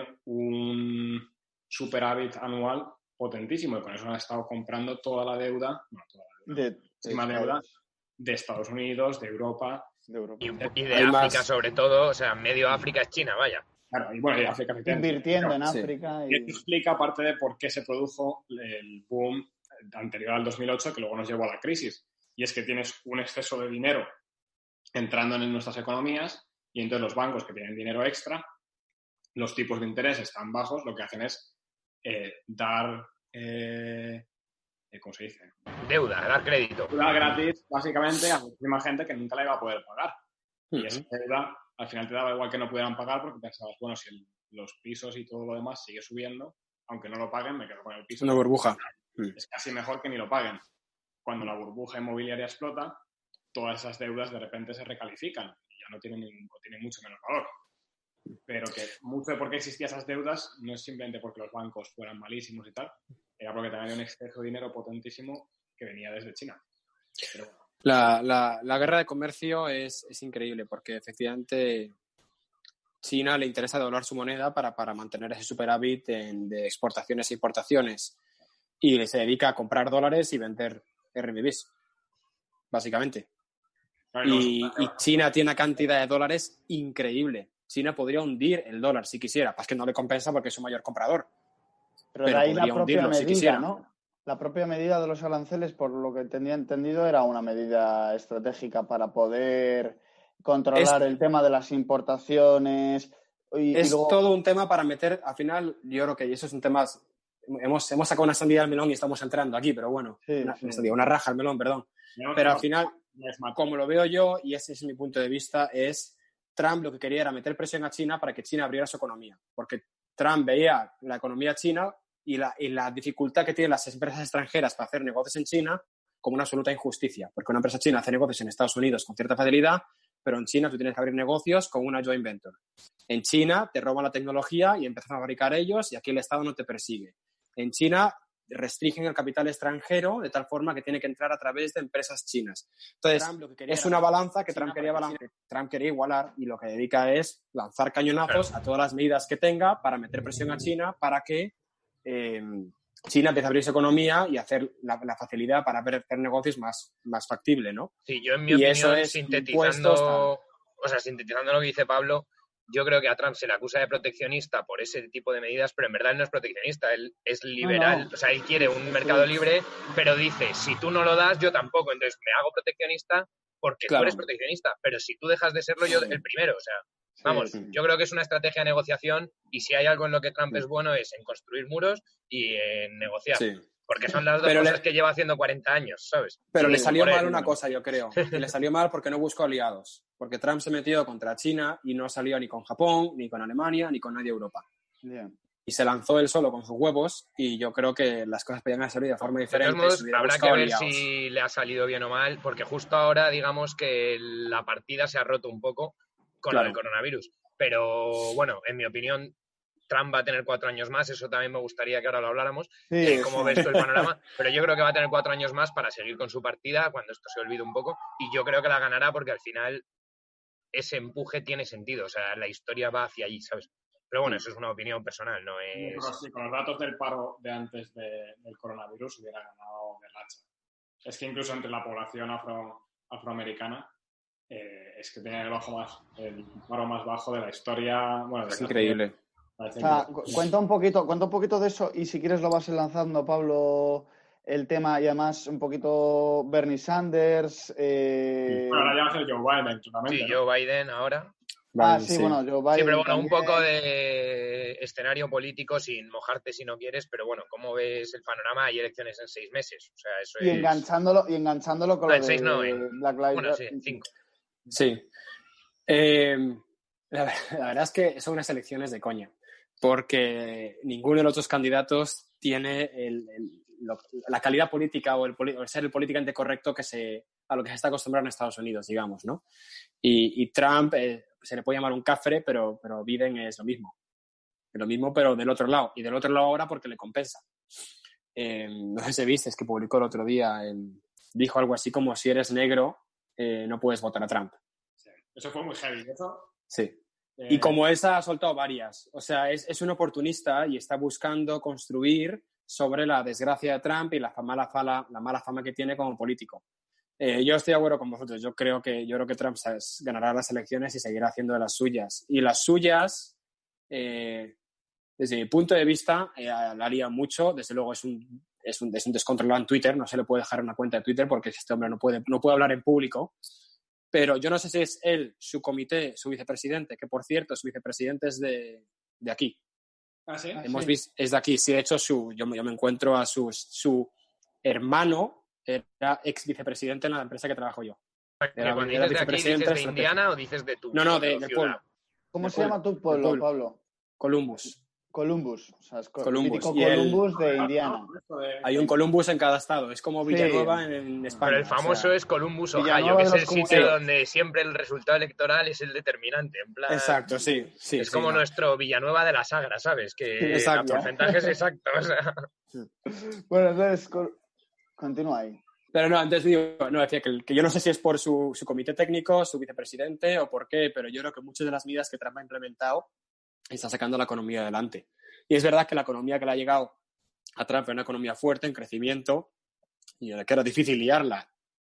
un superávit anual potentísimo. Y con eso han estado comprando toda la deuda, no, toda la deuda, de, de, deuda de Estados Unidos, de Europa... De Europa. Y, y de Hay África más... sobre todo, o sea, medio África es China, vaya. Claro, y bueno, y África... Invirtiendo en sí. África. Y esto explica parte de por qué se produjo el boom anterior al dos mil ocho, que luego nos llevó a la crisis. Y es que tienes un exceso de dinero entrando en nuestras economías y entonces los bancos que tienen dinero extra, los tipos de interés están bajos, lo que hacen es eh, dar... Eh, ¿cómo se dice? Deuda, dar crédito. Deuda gratis, básicamente, a muchísima gente que nunca la iba a poder pagar. Uh-huh. Y esa deuda, al final te daba igual que no pudieran pagar porque pensabas, bueno, si el, los pisos y todo lo demás sigue subiendo, aunque no lo paguen, me quedo con el piso. Una burbuja. Es casi mejor que ni lo paguen. Cuando la burbuja inmobiliaria explota, todas esas deudas de repente se recalifican y ya no tienen, ningún, tienen mucho menos valor. Pero que mucho de por qué existían esas deudas no es simplemente porque los bancos fueran malísimos y tal, era porque también había un exceso de dinero potentísimo que venía desde China. Pero bueno. La, la, la guerra de comercio es, es increíble porque efectivamente China le interesa doblar su moneda para, para mantener ese superávit en, de exportaciones e importaciones y se dedica a comprar dólares y vender R M Bs, básicamente. Claro, y, no, y China tiene una cantidad de dólares increíble. China podría hundir el dólar si quisiera, pues que no le compensa porque es su mayor comprador. Pero, Pero de ahí la propia medida, si ¿no? La propia medida de los aranceles, por lo que tenía entendido, era una medida estratégica para poder controlar es, el tema de las importaciones. Y, es y luego... todo un tema para meter, al final, yo creo que eso es un tema... Hemos, hemos sacado una sandía al melón y estamos entrando aquí, pero bueno, sí, una, sí. Una, una raja al melón, perdón. No, pero no, al final, no como lo veo yo, y ese es mi punto de vista, es Trump lo que quería era meter presión a China para que China abriera su economía. Porque Trump veía la economía china y la, y la dificultad que tienen las empresas extranjeras para hacer negocios en China como una absoluta injusticia. Porque una empresa china hace negocios en Estados Unidos con cierta facilidad, pero en China tú tienes que abrir negocios con una joint venture. En China te roban la tecnología y empiezan a fabricar ellos y aquí el Estado no te persigue. En China restringen el capital extranjero de tal forma que tiene que entrar a través de empresas chinas. Entonces, Trump, lo que es una balanza que Trump quería, balanza, que Trump quería igualar y lo que dedica es lanzar cañonazos a todas las medidas que tenga para meter presión a China para que, eh, China empieza a abrir su economía y hacer la, la facilidad para hacer negocios más, más factible, ¿no? Sí, yo en mi y opinión, eso es sintetizando, o sea, sintetizando lo que dice Pablo, yo creo que a Trump se le acusa de proteccionista por ese tipo de medidas, pero en verdad él no es proteccionista, él es liberal, no, no. O sea, él quiere un mercado libre, pero dice, si tú no lo das, yo tampoco, entonces me hago proteccionista porque claro. tú eres proteccionista, pero si tú dejas de serlo, yo el primero, o sea, vamos, sí, sí. yo creo que es una estrategia de negociación y si hay algo en lo que Trump sí. es bueno es en construir muros y en negociar. Sí. Porque son las dos pero cosas le... que lleva haciendo cuarenta años, ¿sabes? Pero sí, le salió mal él, una cosa, yo creo. Y le salió mal porque no buscó aliados. Porque Trump se metió contra China y no salió ni con Japón, ni con Alemania, ni con nadie de Europa. Yeah. Y se lanzó él solo con sus huevos y yo creo que las cosas podían haber salido de forma diferente. De todos modos, habrá que ver aliados. Si le ha salido bien o mal, porque justo ahora, digamos que la partida se ha roto un poco con claro. lo del coronavirus. Pero, bueno, en mi opinión, Trump va a tener cuatro años más, eso también me gustaría que ahora lo habláramos, sí, eh, cómo ves tú el panorama, pero yo creo que va a tener cuatro años más para seguir con su partida cuando esto se olvide un poco, y yo creo que la ganará porque al final ese empuje tiene sentido, o sea, la historia va hacia allí, ¿sabes? Pero bueno, eso es una opinión personal, no es... Pero sí, con los datos del paro de antes de, del coronavirus hubiera ganado de racha. Es que incluso entre la población afro, afroamericana eh, es que tenía el ojo más, el paro más bajo de la historia. Bueno, es increíble. O sea, cuenta un poquito, cuenta un poquito de eso y si quieres lo vas lanzando, Pablo, el tema y además un poquito Bernie Sanders. Eh... Bueno, ahora ya va a ser Joe Biden, claramente. Sí, ¿no? Joe Biden ahora. Ah, sí, sí, bueno, Joe Biden. Sí, pero bueno, también. Un poco de escenario político sin mojarte si no quieres, pero bueno, ¿cómo ves el panorama? Hay elecciones en seis meses, o sea, eso y es... Enganchándolo, y enganchándolo con no, lo en de seis no, en... Black Lives Bueno, sí, en cinco. Sí. Eh, la, la verdad es que son unas elecciones de coña. Porque ninguno de los otros candidatos tiene el, el, lo, la calidad política o el, o el ser el políticamente correcto que se, a lo que se está acostumbrado en Estados Unidos, digamos, ¿no? Y, y Trump eh, se le puede llamar un cafre, pero, pero Biden es lo mismo. Es lo mismo, pero del otro lado. Y del otro lado ahora porque le compensa. Eh, no sé si viste, es que publicó el otro día, el, dijo algo así como si eres negro eh, no puedes votar a Trump. Sí. Eso fue muy heavy, ¿eso? Sí. Y como esa ha soltado varias. O sea, es, es un oportunista y está buscando construir sobre la desgracia de Trump y la mala fama, la mala fama que tiene como político. Eh, yo estoy de acuerdo con vosotros. Yo creo que, yo creo que Trump ganará las elecciones y seguirá haciendo de las suyas. Y las suyas, eh, desde mi punto de vista, eh, la haría mucho. Desde luego es un, es, un, es un descontrolado en Twitter. No se le puede dejar una cuenta de Twitter porque este hombre no puede, no puede hablar en público. Pero yo no sé si es él, su comité, su vicepresidente, que por cierto, su vicepresidente es de, de aquí. ¿Ah, sí? Hemos sí. visto, es de aquí. Sí, de hecho, su, yo, yo me encuentro a su, su hermano, era ex vicepresidente en la empresa que trabajo yo. Era, cuando dices de aquí, ¿dices de Indiana o dices de tu No, no, de, de pueblo. ¿Cómo de se pueblo, llama tu pueblo, pueblo, Pablo? Columbus. Columbus, o sea, es co Columbus. típico Columbus el... de Indiana. Hay un Columbus en cada estado, es como Villanueva sí. en, en España. Pero el famoso o sea, es Columbus, Ohio, Villanueva que es el sitio sí. donde siempre el resultado electoral es el determinante. En plan, exacto, sí. sí es sí, como no. nuestro Villanueva de la Sagra, ¿sabes? Que exacto. el porcentaje es exacto. O sea. Bueno, entonces, continúa ahí. Pero no, antes digo, no, decía que, que yo no sé si es por su, su comité técnico, su vicepresidente o por qué, pero yo creo que muchas de las medidas que Trump ha implementado está sacando la economía adelante. Y es verdad que la economía que le ha llegado a Trump es una economía fuerte, en crecimiento, y que era difícil liarla.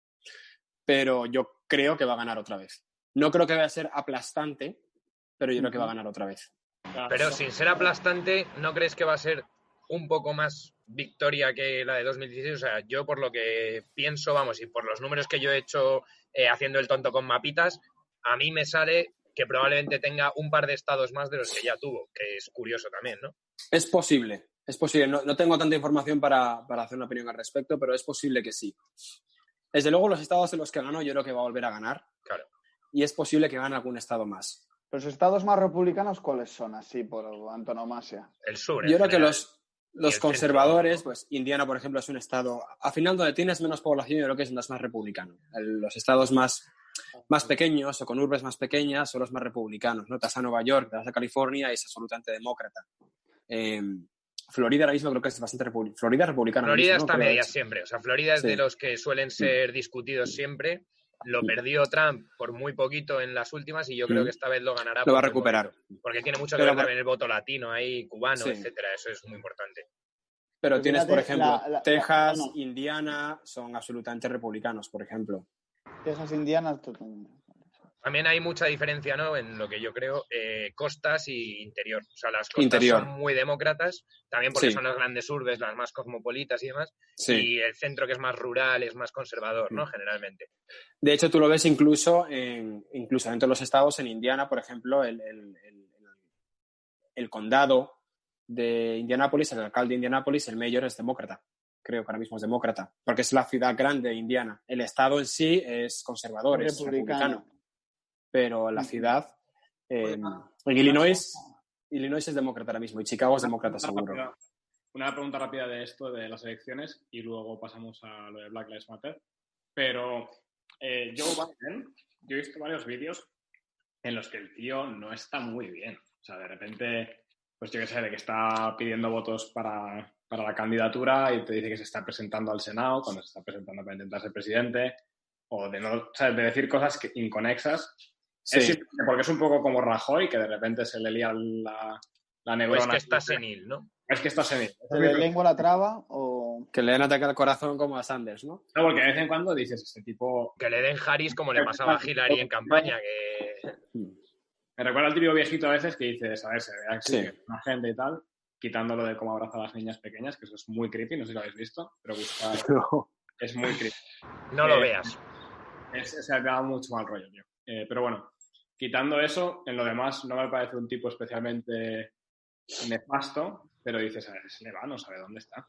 Pero yo creo que va a ganar otra vez. No creo que vaya a ser aplastante, pero yo creo que va a ganar otra vez. Pero sin ser aplastante, ¿no crees que va a ser un poco más victoria que la de dos mil dieciséis? O sea, yo por lo que pienso, vamos, y por los números que yo he hecho eh, haciendo el tonto con mapitas, a mí me sale que probablemente tenga un par de estados más de los que ya tuvo, que es curioso también, ¿no? Es posible, es posible. No, no tengo tanta información para, para hacer una opinión al respecto, pero es posible que sí. Desde luego, los estados en los que ganó, yo creo que va a volver a ganar. Claro. Y es posible que gane algún estado más. ¿Los estados más republicanos cuáles son, así, por antonomasia? El sur. Yo creo general. que los, los conservadores, centro, pues Indiana, por ejemplo, es un estado... Al final, donde tienes menos población, yo creo que es más republicano. El, los estados más... más pequeños o con urbes más pequeñas son los más republicanos, ¿no? Te vas a Nueva York, te vas a California y es absolutamente demócrata. Eh, Florida ahora mismo creo que es bastante republicana. Florida es republicana. Florida mismo, está ¿no? media siempre. O sea, Florida es sí. de los que suelen ser discutidos siempre. Lo perdió Trump por muy poquito en las últimas y yo creo que esta vez lo ganará. Lo va a recuperar. Poquito. Porque tiene mucho que Pero ver por... también el voto latino ahí, cubano, sí. etcétera. Eso es muy importante. Pero Pues tienes, fíjate, por ejemplo, la- la- Texas, la- no, no. Indiana, son absolutamente republicanos, por ejemplo. Texas, Indiana, totalmente. También hay mucha diferencia, ¿no? En lo que yo creo, eh, costas y interior. O sea, las costas Interior. son muy demócratas, también porque Sí. son las grandes urbes, las más cosmopolitas y demás. Sí. Y el centro, que es más rural, es más conservador, ¿no? Mm. Generalmente. De hecho, tú lo ves incluso, en, incluso dentro de los estados, en Indiana, por ejemplo, el, el, el, el condado de Indianápolis, el alcalde de Indianápolis, el mayor es demócrata. Creo que ahora mismo es demócrata, porque es la ciudad grande de Indiana. El estado en sí es conservador, es republicano. Pero la ciudad, eh, en Illinois, Illinois es demócrata ahora mismo y Chicago es demócrata seguro. Una pregunta rápida de esto, de las elecciones, y luego pasamos a lo de Black Lives Matter. Pero eh, Joe Biden, yo he visto varios vídeos en los que el tío no está muy bien. O sea, de repente, pues yo qué sé, de que está pidiendo votos para, para la candidatura y te dice que se está presentando al Senado cuando se está presentando para intentar ser presidente, o de, no, o sea, de decir cosas que, inconexas. Sí. Es porque es un poco como Rajoy, que de repente se le lía la, la neurona. O es que está senil, ¿no? Es que está senil. ¿Se le lengua la traba o...? Que le den ataque al corazón como a Sanders, ¿no? No, porque de vez en cuando dices, este tipo... Que le den Harris como le pasaba a Hillary en campaña, que... Me recuerda al típico viejito a veces que dice, ¿sabes? Se ve así, Sí. que es una gente y tal, quitándolo de cómo abraza a las niñas pequeñas, que eso es muy creepy, no sé si lo habéis visto, pero busca... No. Es muy creepy. No Eh, lo veas. Es, se ha dado mucho mal rollo, tío. Eh, pero bueno, quitando eso, en lo demás no me parece un tipo especialmente nefasto, pero dices, a ver, se le va, no sabe dónde está.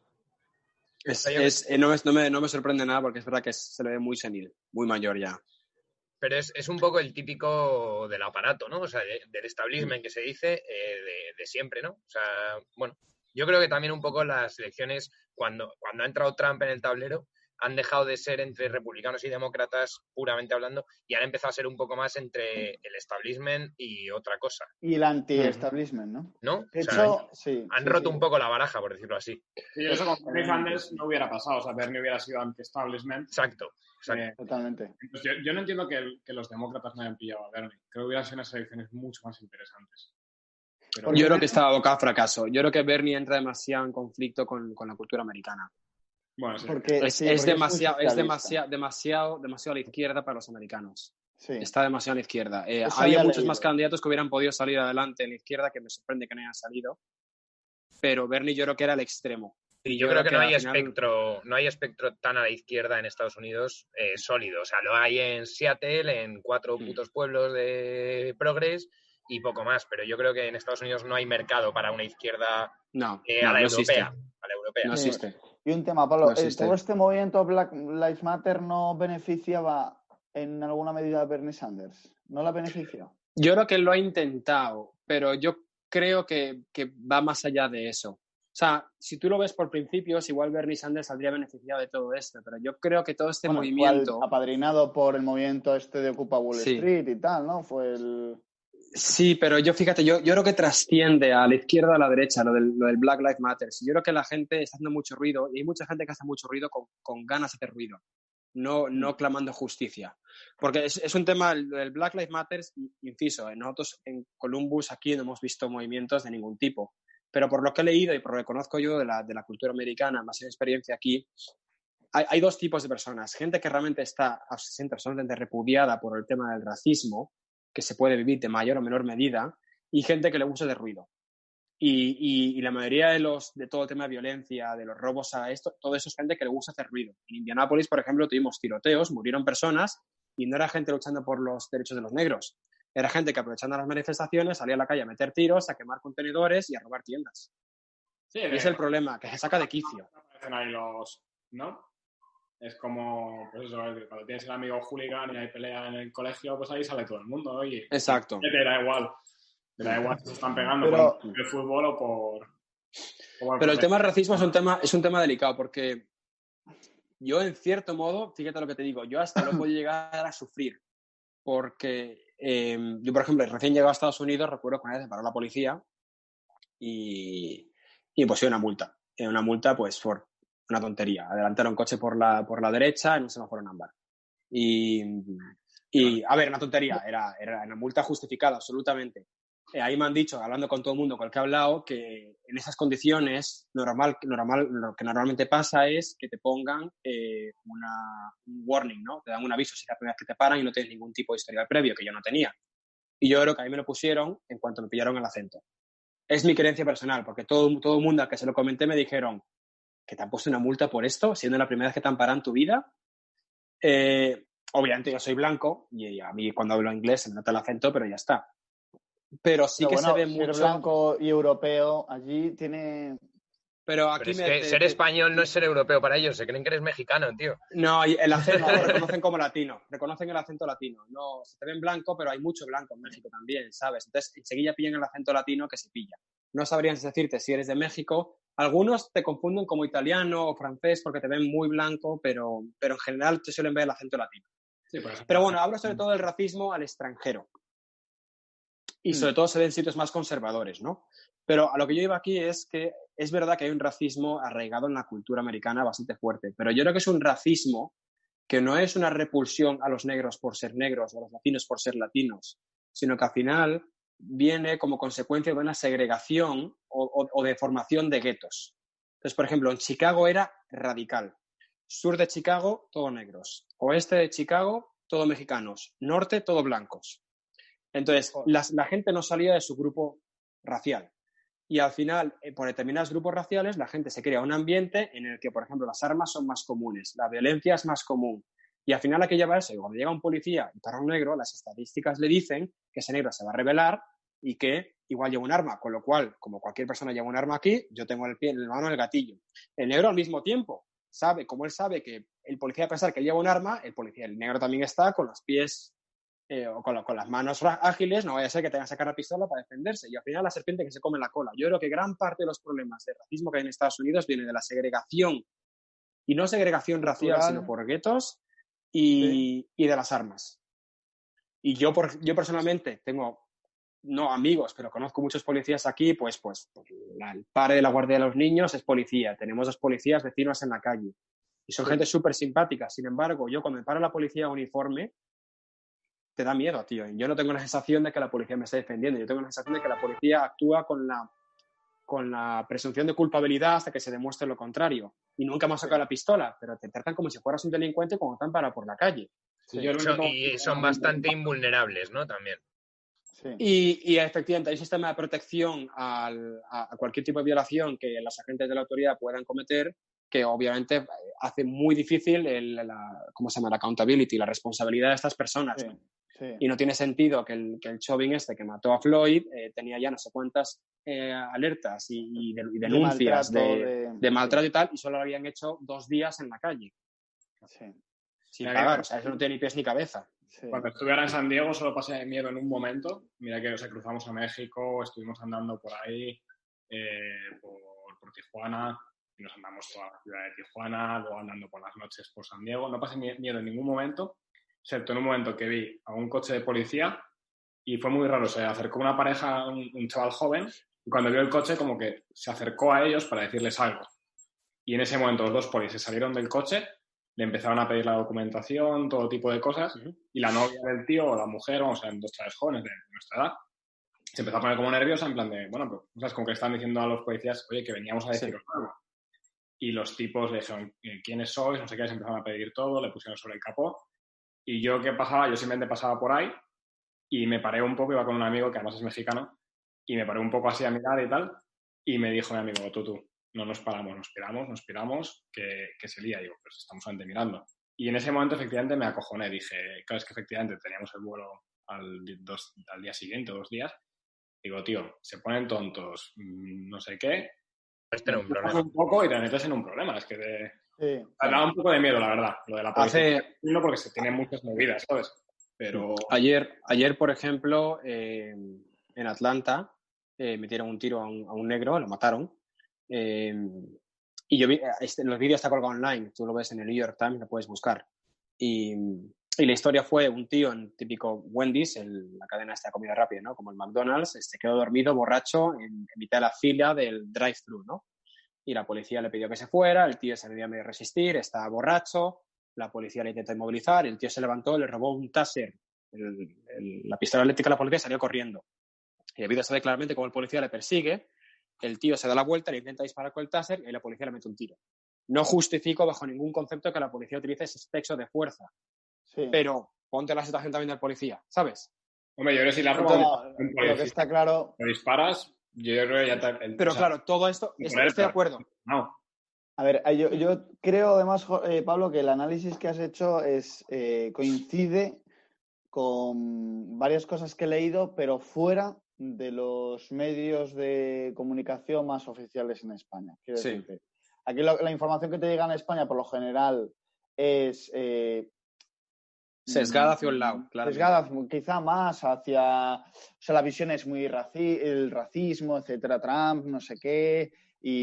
Es, es, eh, no, me, no, me, no me sorprende nada porque es verdad que se le ve muy senil, muy mayor ya. Pero es, es un poco el típico del aparato, ¿no? O sea, de, del establishment que se dice eh, de, de siempre, ¿no? O sea, bueno, yo creo que también un poco las elecciones, cuando, cuando ha entrado Trump en el tablero, han dejado de ser entre republicanos y demócratas, puramente hablando, y han empezado a ser un poco más entre el establishment y otra cosa. Y el anti-establishment, ¿no? ¿No? De O sea, hecho, sí. han sí, roto sí. un poco la baraja, por decirlo así. Sí, eso con Bernie Sanders no hubiera pasado, o sea, Bernie hubiera sido anti-establishment. Exacto, exacto. Eh, Totalmente. pues yo, yo no entiendo que, el- que los demócratas no hayan pillado a Bernie. Creo que hubieran sido unas elecciones mucho más interesantes. Pero, Yo creo que está abocado a fracaso. Yo creo que Bernie entra demasiado en conflicto con, con la cultura americana. bueno, sí. Porque, Es, sí, es porque demasiado, muy es socialista. demasiado, demasiado, demasiado a la izquierda para los americanos. Sí. Está demasiado a la izquierda. Eh, Eso había había muchos leído. más candidatos que hubieran podido salir adelante en la izquierda, que me sorprende que no hayan salido. Pero Bernie yo creo que era el extremo. Y yo, creo que, no hay al final- espectro, no hay espectro tan a la izquierda en Estados Unidos eh, sólido. O sea, lo hay en Seattle, en cuatro Mm. putos pueblos de progres y poco más. Pero yo creo que en Estados Unidos no hay mercado para una izquierda No, eh, no, a la no europea. existe. A la europea. No Sí. existe. Y un tema, Pablo, No eh, existe. ¿todo este movimiento Black Lives Matter no beneficiaba en alguna medida a Bernie Sanders? ¿No la benefició? Yo creo que lo ha intentado, pero yo creo que, que va más allá de eso. O sea, si tú lo ves por principios, igual Bernie Sanders saldría beneficiado de todo esto, pero yo creo que todo este Bueno, movimiento... fue al- apadrinado por el movimiento este de Ocupa Wall Sí. Street y tal, ¿no? Fue el... Sí, pero yo, fíjate, yo, yo creo que trasciende a la izquierda o a la derecha lo del, lo del Black Lives Matter. Yo creo que la gente está haciendo mucho ruido y hay mucha gente que hace mucho ruido con, con ganas de hacer ruido, no, no clamando justicia. Porque es, es un tema, el, el Black Lives Matter, inciso, eh, nosotros en Columbus aquí no hemos visto movimientos de ningún tipo, pero por lo que he leído y por lo que conozco yo de la, de la cultura americana, más en experiencia aquí, hay, hay dos tipos de personas. Gente que realmente está se siente absolutamente repudiada por el tema del racismo, que se puede vivir de mayor o menor medida, y gente que le gusta de ruido. Y, y, y la mayoría de los de todo el tema de violencia, de los robos a esto, todo eso es gente que le gusta hacer ruido. En Indianápolis, por ejemplo, tuvimos tiroteos, murieron personas, y no era gente luchando por los derechos de los negros. Era gente que aprovechando las manifestaciones salía a la calle a meter tiros, a quemar contenedores y a robar tiendas. Sí, Y es el problema, que se saca de quicio. Aparecen ahí los, ¿no? Es como, pues eso, cuando tienes el amigo hooligan y hay pelea en el colegio, pues ahí sale todo el mundo, oye. Exacto. Te da igual. Te da igual si se están pegando Pero- por el fútbol o por... o por Pero el tema del racismo es un tema, es un tema delicado, porque yo, en cierto modo, fíjate lo que te digo, yo hasta lo puedo llegar a sufrir. Porque eh, yo, por ejemplo, recién llegado a Estados Unidos, recuerdo que una vez me paró la policía y, y pues una multa. Eh, Una multa, pues, por una tontería. Adelantaron un coche por la, por la derecha en un semáforo en ámbar. Y, y, a ver, una tontería, era, era una multa justificada, absolutamente. eh, ahí me han dicho, hablando con todo el mundo con el que he hablado, que en esas condiciones normal, normal, lo que normalmente pasa es que te pongan eh, una, un warning, ¿no? Te dan un aviso si es la primera vez que te paran y no tienes ningún tipo de historial previo, que yo no tenía. Y yo creo que a mí me lo pusieron en cuanto me pillaron el acento. Es mi creencia personal, porque todo, todo el mundo al que se lo comenté me dijeron que te han puesto una multa por esto, siendo la primera vez que te han parado en tu vida. Eh, obviamente yo soy blanco y a mí cuando hablo inglés se me nota el acento, pero ya está. Pero sí pero que bueno, se ve ser mucho... blanco y europeo allí tiene... Pero aquí pero es me, que te, ser te, español no es ser europeo para ellos, se creen que eres mexicano, tío. No, el acento lo reconocen como latino, reconocen el acento latino. No, se te ven blanco, pero hay mucho blanco en México también, ¿sabes? Entonces, enseguida pillan el acento latino que se pilla. No sabrían decirte si eres de México. Algunos te confunden como italiano o francés porque te ven muy blanco, pero, pero en general te suelen ver el acento latino. Sí, por eso. Pero bueno, hablo sobre todo del racismo al extranjero. Y sobre todo se ve en sitios más conservadores, ¿no? Pero a lo que yo iba aquí es que es verdad que hay un racismo arraigado en la cultura americana bastante fuerte, pero yo creo que es un racismo que no es una repulsión a los negros por ser negros o a los latinos por ser latinos, sino que al final viene como consecuencia de una segregación o, o, o de formación de guetos. Entonces, por ejemplo, en Chicago era radical. Sur de Chicago, todo negros. Oeste de Chicago, todo mexicanos. Norte, todo blancos. Entonces, la, la gente no salía de su grupo racial. Y al final, eh, por determinados grupos raciales, la gente se crea un ambiente en el que, por ejemplo, las armas son más comunes, la violencia es más común. Y al final, aquello va a eso. Y cuando llega un policía y para un negro, las estadísticas le dicen que ese negro se va a rebelar y que igual lleva un arma. Con lo cual, como cualquier persona lleva un arma aquí, yo tengo el pie en la mano en el gatillo. El negro al mismo tiempo sabe, como él sabe que el policía va a pensar que él lleva un arma, el policía, el negro también está con los pies... Eh, o con, la, con las manos ágiles, no vaya a ser que tenga que sacar la pistola para defenderse. Y al final la serpiente que se come la cola. Yo creo que gran parte de los problemas de racismo que hay en Estados Unidos viene de la segregación, y no segregación racial, cultural, sino por guetos y, sí. y de las armas. Y yo, por, yo personalmente tengo, no amigos, pero conozco muchos policías aquí, pues, pues, pues la, el padre de la guardia de los niños es policía. Tenemos dos policías vecinos en la calle. Y son sí. gente súper simpática. Sin embargo, yo cuando me para la policía uniforme, te da miedo, tío. Yo no tengo la sensación de que la policía me esté defendiendo. Yo tengo la sensación de que la policía actúa con la, con la presunción de culpabilidad hasta que se demuestre lo contrario. Y nunca me han sacado la pistola, pero te tratan como si fueras un delincuente cuando están para por la calle. Sí, yo son, y son bastante invulnerables, ¿no? También. Sí. Y, y efectivamente hay un sistema de protección al, a, a cualquier tipo de violación que los agentes de la autoridad puedan cometer, que obviamente hace muy difícil el, la, ¿cómo se llama? La accountability, la responsabilidad de estas personas. Sí. Sí. Y no tiene sentido que el, que el Chauvin este que mató a Floyd eh, tenía ya no sé cuántas eh, alertas y, y, de, y denuncias de maltrato, de, de, de maltrato y tal, y solo lo habían hecho dos días en la calle. Sí. Sin pagar, o sea, eso no tiene ni pies ni cabeza. Sí. Cuando estuve ahora en San Diego solo pasé miedo en un momento. Mira que o sea, cruzamos a México, estuvimos andando por ahí, eh, por, por Tijuana, y nos andamos toda la ciudad de Tijuana, luego andando por las noches por San Diego. No pasé miedo en ningún momento, excepto en un momento que vi a un coche de policía y fue muy raro. Se acercó una pareja, un, un chaval joven, y cuando vio el coche como que se acercó a ellos para decirles algo. Y en ese momento los dos policías salieron del coche, le empezaron a pedir la documentación, todo tipo de cosas, uh-huh. y la novia del tío o la mujer, vamos a ver, dos chavales jóvenes de nuestra edad, se empezó a poner como nerviosa en plan de, bueno, pues, ¿sabes? Como que están diciendo a los policías, oye, que veníamos a deciros sí. algo. Y los tipos le dijeron, ¿quiénes sois? No sé qué, se empezaron a pedir todo, le pusieron sobre el capó. Y yo, ¿qué pasaba? Yo simplemente pasaba por ahí y me paré un poco, iba con un amigo que además es mexicano, y me paré un poco así a mirar y tal, y me dijo mi amigo, tú, tú, no nos paramos, nos piramos, nos piramos, que, que se lía. Digo, pues estamos ante mirando. Y en ese momento, efectivamente, me acojoné. Dije, claro, es que efectivamente teníamos el vuelo al, dos, al día siguiente, dos días. Digo, tío, se ponen tontos, no sé qué. Este era un problema. Un poco y te metes en un problema. Es que te... Sí. Me da un poco de miedo, la verdad, lo de la policía. Hace... No, porque se tienen muchas movidas, ¿sabes? Pero... Ayer, ayer por ejemplo, eh, en Atlanta, eh, metieron un tiro a un, a un negro, lo mataron. Eh, y yo vi, este, los vídeos está colgado online, tú lo ves en el New York Times, lo puedes buscar. Y, y la historia fue un tío en típico Wendy's, el, la cadena esta de comida rápida, ¿no? Como el McDonald's, se este, quedó dormido, borracho, en, en mitad de la fila del drive-thru, ¿no? Y la policía le pidió que se fuera, el tío se debía medio resistir, estaba borracho, la policía le intentó inmovilizar, el tío se levantó, le robó un taser, el, el, la pistola eléctrica a la policía y salió corriendo. Y el vídeo se ve claramente cómo el policía le persigue, el tío se da la vuelta, le intenta disparar con el taser y la policía le mete un tiro. No justifico bajo ningún concepto que la policía utilice ese exceso de fuerza. Sí. Pero ponte la situación también del policía, ¿sabes? Hombre, yo creo que si la no, no, lo que está claro... Lo disparas, yo creo que ya te... El, Pero o sea, claro, todo esto, estoy, estoy de acuerdo. No. A ver, yo, yo creo además, eh, Pablo, que el análisis que has hecho es eh, coincide con varias cosas que he leído, pero fuera de los medios de comunicación más oficiales en España. Quiero sí. decirte. Aquí lo, la información que te llega en España, por lo general, es... Eh, sesgada hacia un lado, claro. Sesgada quizá más hacia... O sea, la visión es muy raci el racismo, etcétera, Trump, no sé qué,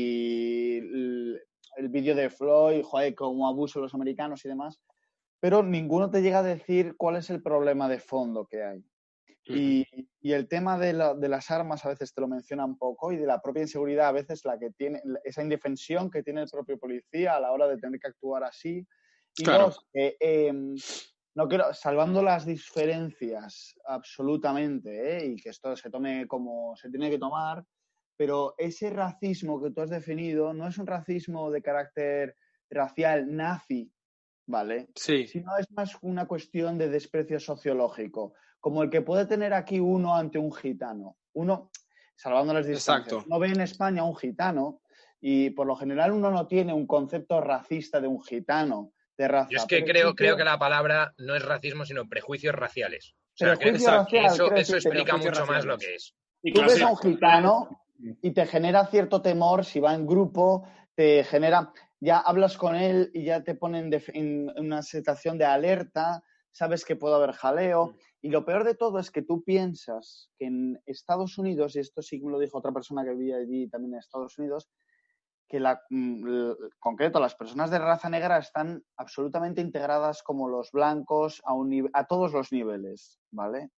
y el, el vídeo de Floyd, joder, como abuso de los americanos y demás, pero ninguno te llega a decir cuál es el problema de fondo que hay. Y, y el tema de, la, de las armas a veces te lo menciona un poco, y de la propia inseguridad a veces la que tiene, esa indefensión que tiene el propio policía a la hora de tener que actuar así. Y claro. dos, eh, eh, no quiero, salvando las diferencias absolutamente, ¿eh? Y que esto se tome como se tiene que tomar, pero ese racismo que tú has definido no es un racismo de carácter racial nazi, ¿vale? Sí. Sino es más una cuestión de desprecio sociológico, como el que puede tener aquí uno ante un gitano. Uno, salvando las distancias, Exacto. no ve en España un gitano y por lo general uno no tiene un concepto racista de un gitano, de raza. Yo es que creo, creo que la palabra no es racismo, sino prejuicios raciales. O sea, prejuicio que, racial, que eso, creo eso que explica mucho raciales. más lo que es. Y tú ves a un gitano y te genera cierto temor si va en grupo, te genera... Ya hablas con él y ya te ponen en una situación de alerta, sabes que puede haber jaleo. Y lo peor de todo es que tú piensas que en Estados Unidos, y esto sí me lo dijo otra persona que vivía allí también en Estados Unidos, que la, en concreto las personas de raza negra están absolutamente integradas como los blancos a, un, a todos los niveles, ¿vale?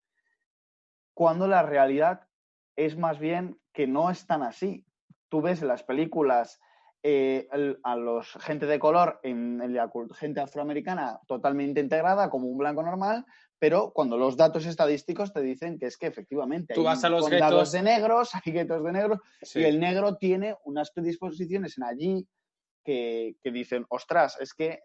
Cuando la realidad es más bien que no están así. Tú ves en las películas eh, el, a los gente de color, en, en la gente afroamericana totalmente integrada como un blanco normal, pero cuando los datos estadísticos te dicen que es que efectivamente Tú hay vas a los condados guetos de negros, hay guetos de negros, sí. y el negro tiene unas predisposiciones en allí que, que dicen, ostras, es que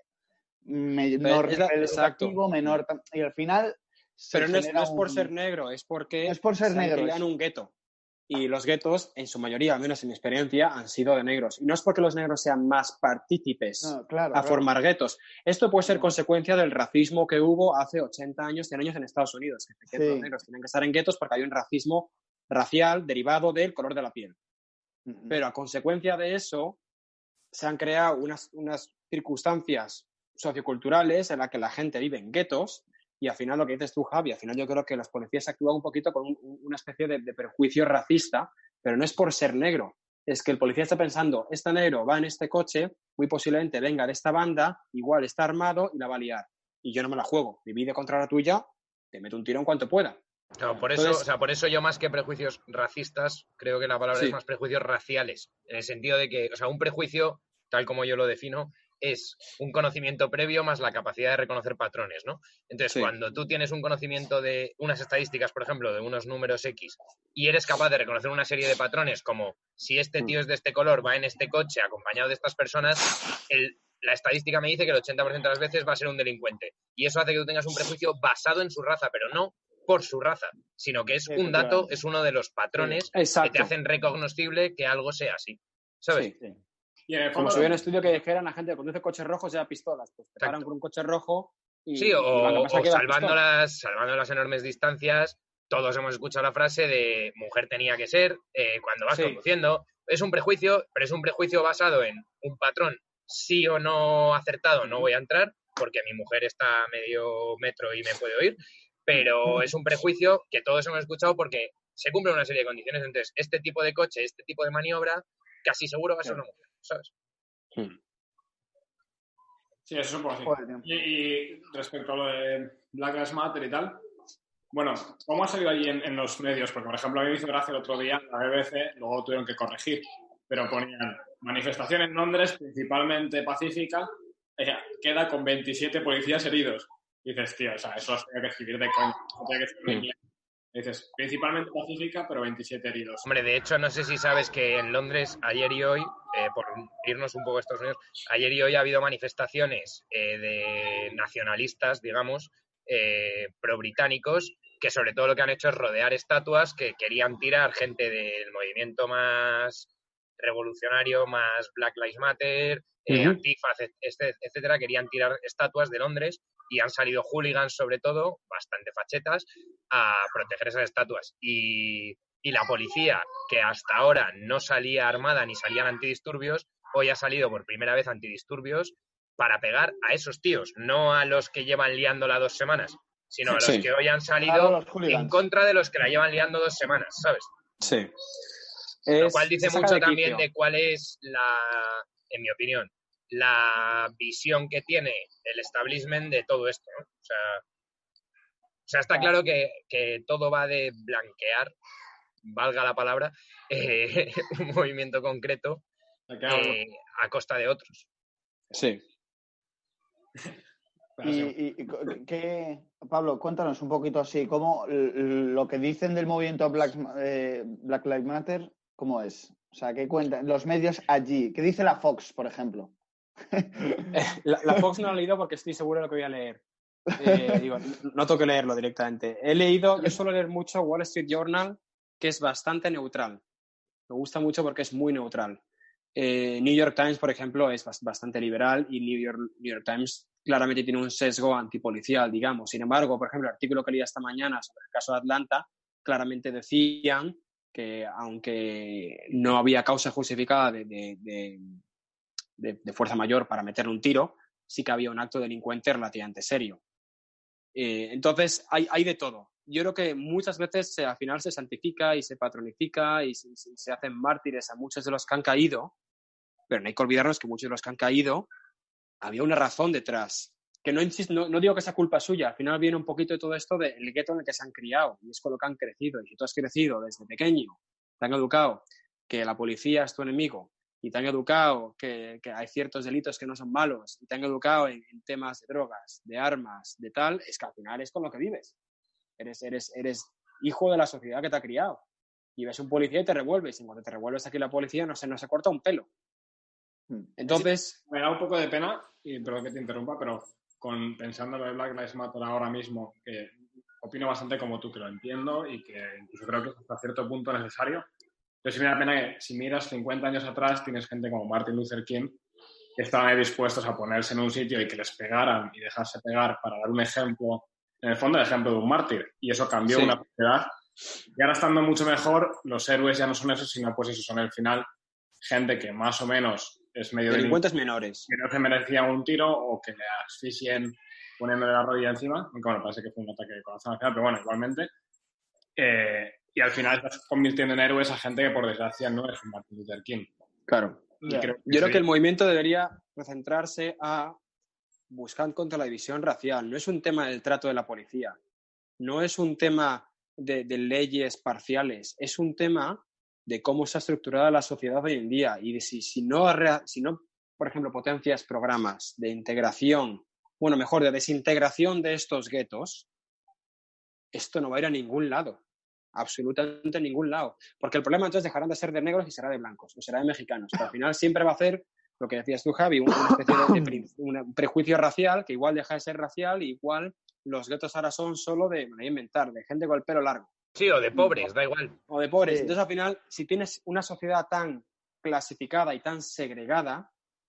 menor es la, nivel educativo, menor... Y al final... Pero no es, no es por un... ser negro, es porque no es por ser se negro, es... en un gueto. Y los guetos, en su mayoría, al menos en mi experiencia, han sido de negros. Y no es porque los negros sean más partícipes no, claro, a claro. formar guetos. Esto puede ser consecuencia del racismo que hubo hace ochenta años, cien años en Estados Unidos. Que sí. Los negros tienen que estar en guetos porque hay un racismo racial derivado del color de la piel. Uh-huh. Pero a consecuencia de eso, se han creado unas, unas circunstancias socioculturales en las que la gente vive en guetos. Y al final lo que dices tú, Javi, al final yo creo que los policías actúan un poquito con un, una especie de, de perjuicio racista, pero no es por ser negro. Es que el policía está pensando, este negro va en este coche, muy posiblemente venga de esta banda, igual está armado y la va a liar. Y yo no me la juego. Mi vida contra la tuya, te meto un tiro en cuanto pueda. Claro, por eso, Entonces, o sea, por eso yo más que prejuicios racistas, creo que la palabra sí. es más prejuicios raciales. En el sentido de que, o sea, un prejuicio, tal como yo lo defino, es un conocimiento previo más la capacidad de reconocer patrones, ¿no? Entonces, sí. cuando tú tienes un conocimiento de unas estadísticas, por ejemplo, de unos números X, y eres capaz de reconocer una serie de patrones, como si este tío es de este color, va en este coche acompañado de estas personas, el, la estadística me dice que el ochenta por ciento de las veces va a ser un delincuente. Y eso hace que tú tengas un prejuicio basado en su raza, pero no por su raza, sino que es un dato, es uno de los patrones sí. que te hacen recognoscible que algo sea así, ¿sabes? Sí, sí. Y en el Como si hubiera un estudio que dijeran a gente que conduce coches rojos ya pistolas, pues te paran con un coche rojo y... Sí, o, y o salvando, las, salvando las enormes distancias, todos hemos escuchado la frase de mujer tenía que ser eh, cuando vas sí. conduciendo. Es un prejuicio, pero es un prejuicio basado en un patrón sí o no acertado, no voy a entrar, porque mi mujer está a medio metro y me puede oír, pero es un prejuicio que todos hemos escuchado porque se cumplen una serie de condiciones. Entonces, este tipo de coche, este tipo de maniobra, casi seguro va a ser una mujer, ¿sabes? Sí, eso es un poco así. Y, y respecto a lo de Black Lives Matter y tal, bueno, ¿cómo ha salido allí en, en los medios? Porque, por ejemplo, a mí me hizo gracia el otro día, la B B C, luego tuvieron que corregir, pero ponían manifestación en Londres, principalmente pacífica, eh, queda con veintisiete policías heridos. Y dices, tío, o sea, eso lo tenía que escribir de coña. Tenía que escribir en inglés. Dices, principalmente pacífica, pero veintisiete heridos. Hombre, de hecho, no sé si sabes que en Londres, ayer y hoy, eh, por irnos un poco a Estados Unidos, ayer y hoy ha habido manifestaciones eh, de nacionalistas, digamos, eh, pro-británicos, que sobre todo lo que han hecho es rodear estatuas que querían tirar gente del movimiento más revolucionario, más Black Lives Matter, eh, uh-huh. Antifa, etcétera, querían tirar estatuas de Londres y han salido hooligans, sobre todo, bastante fachetas, a proteger esas estatuas. Y, y la policía, que hasta ahora no salía armada ni salían antidisturbios, hoy ha salido por primera vez antidisturbios para pegar a esos tíos, no a los que llevan liándola dos semanas, sino a los sí. que hoy han salido en contra de los que la llevan liando dos semanas, ¿sabes? Sí. Lo cual dice mucho de también de cuál es la, en mi opinión, la visión que tiene el establishment de todo esto, ¿no? O sea, o sea está claro que, que todo va de blanquear, valga la palabra, eh, un movimiento concreto eh, a costa de otros. Sí. Y, y, y ¿qué, Pablo, cuéntanos un poquito así, ¿cómo lo que dicen del movimiento Black, eh, Black Lives Matter, cómo es? O sea, ¿qué cuentan los medios allí? ¿Qué dice la Fox, por ejemplo? La, la Fox no la he leído porque estoy seguro de lo que voy a leer. Eh, digo, no tengo que leerlo directamente. He leído, yo suelo leer mucho Wall Street Journal, que es bastante neutral. Me gusta mucho porque es muy neutral. Eh, New York Times, por ejemplo, es bastante liberal y New York, New York Times claramente tiene un sesgo antipolicial, digamos. Sin embargo, por ejemplo, el artículo que leí esta mañana sobre el caso de Atlanta, claramente decían que aunque no había causa justificada de, de, de, de, de fuerza mayor para meterle un tiro, sí que había un acto delincuente relativamente serio. Eh, entonces, hay, hay de todo. Yo creo que muchas veces se, al final se santifica y se patronifica y se, se hacen mártires a muchos de los que han caído, pero no hay que olvidarnos que muchos de los que han caído había una razón detrás. Que no, insisto, no, no digo que sea culpa suya, al final viene un poquito de todo esto del gueto en el que se han criado y es con lo que han crecido. Y si tú has crecido desde pequeño, te han educado que la policía es tu enemigo y te han educado que, que hay ciertos delitos que no son malos y te han educado en, en temas de drogas, de armas, de tal, es que al final es con lo que vives. Eres, eres, eres hijo de la sociedad que te ha criado. Y ves un policía y te revuelves. Y cuando te revuelves aquí la policía no se, no se corta un pelo. Entonces... Me da un poco de pena, y perdón que te interrumpa, pero con, pensando en lo de Black Lives Matter ahora mismo, que opino bastante como tú, que lo entiendo y que incluso creo que es hasta cierto punto necesario. Pero sí me da pena que si miras cincuenta años atrás, tienes gente como Martin Luther King que estaban ahí dispuestos a ponerse en un sitio y que les pegaran y dejarse pegar para dar un ejemplo, en el fondo el ejemplo de un mártir. Y eso cambió sí. una sociedad. Y ahora estando mucho mejor, los héroes ya no son esos, sino pues eso, son al final gente que más o menos es medio delincuentes menores. Que no se merecían un tiro o que le asfixien poniéndole la rodilla encima. Bueno, parece que fue un ataque de corazón al final, pero bueno, igualmente. Eh, y al final estás convirtiendo en héroes a gente que por desgracia no es un Martin Luther King. Claro. Yeah. Creo Yo creo sí. que el movimiento debería concentrarse a buscar contra la división racial. No es un tema del trato de la policía. No es un tema de, de leyes parciales. Es un tema de cómo está estructurada la sociedad hoy en día y de si, si, no, si no, por ejemplo, potencias programas de integración, bueno, mejor, de desintegración de estos guetos, esto no va a ir a ningún lado, absolutamente a ningún lado. Porque el problema entonces dejarán de ser de negros y será de blancos, o será de mexicanos, pero al final siempre va a hacer lo que decías tú, Javi, una especie de, de pre, un prejuicio racial que igual deja de ser racial y igual los guetos ahora son solo de, me voy a inventar, de gente con el pelo largo. Sí, o de pobres, da igual. O de pobres. Sí. Entonces, al final, si tienes una sociedad tan clasificada y tan segregada,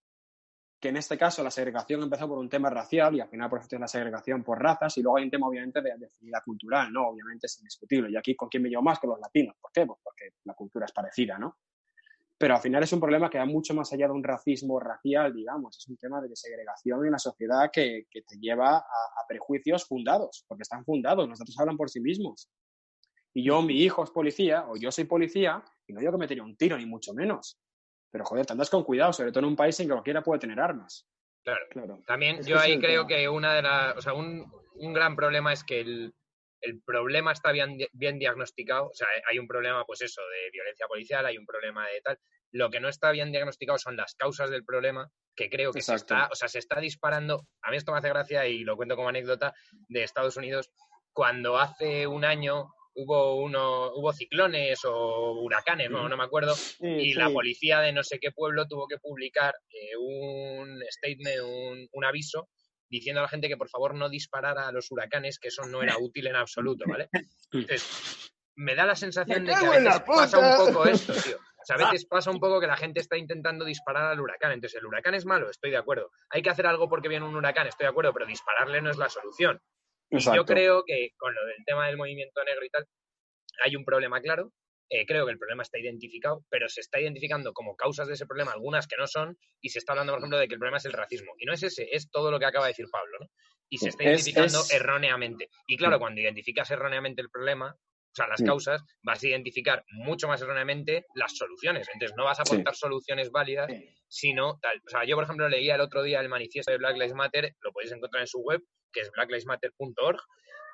que en este caso la segregación empezó por un tema racial y al final por eso tienes la segregación por razas y luego hay un tema, obviamente, de definida cultural, ¿no? Obviamente es indiscutible. Y aquí, ¿con quién me llevo más? Con los latinos. ¿Por qué? Pues porque la cultura es parecida, ¿no? Pero al final es un problema que va mucho más allá de un racismo racial, digamos. Es un tema de segregación en la sociedad que, que te lleva a, a prejuicios fundados, porque están fundados, los datos hablan por sí mismos. Y yo, mi hijo es policía, o yo soy policía, y no digo que me tire un tiro, ni mucho menos. Pero, joder, te andas con cuidado, sobre todo en un país en que cualquiera puede tener armas. Claro, claro. También es yo ahí creo tema. que una de las... O sea, un, un gran problema es que el, el problema está bien, bien diagnosticado. O sea, hay un problema, pues eso, de violencia policial, hay un problema de tal. Lo que no está bien diagnosticado son las causas del problema, que creo que se está, o sea, se está disparando. A mí esto me hace gracia, y lo cuento como anécdota, de Estados Unidos, cuando hace un año... hubo uno, hubo ciclones o huracanes, no, no me acuerdo, sí, y sí. la policía de no sé qué pueblo tuvo que publicar eh, un statement, un, un aviso, diciendo a la gente que por favor no disparara a los huracanes, que eso no era útil en absoluto, ¿vale? Entonces, me da la sensación de que a veces pasa un poco esto, tío. O sea, a veces pasa un poco que la gente está intentando disparar al huracán. Entonces, ¿el huracán es malo? Estoy de acuerdo. ¿Hay que hacer algo porque viene un huracán? Estoy de acuerdo, pero dispararle no es la solución. Exacto. Y yo creo que con lo del tema del movimiento negro y tal, hay un problema claro. Eh, creo que el problema está identificado, pero se está identificando como causas de ese problema algunas que no son, y se está hablando, por ejemplo, de que el problema es el racismo. Y no es ese, es todo lo que acaba de decir Pablo, ¿no? Y se está identificando es, es... erróneamente. Y claro, cuando identificas erróneamente el problema, o sea, las sí. causas, vas a identificar mucho más erróneamente las soluciones. Entonces, no vas a aportar sí. soluciones válidas, sí. sino tal. O sea, yo, por ejemplo, leía el otro día el manifiesto de Black Lives Matter, lo podéis encontrar en su web, que es black lives matter punto org,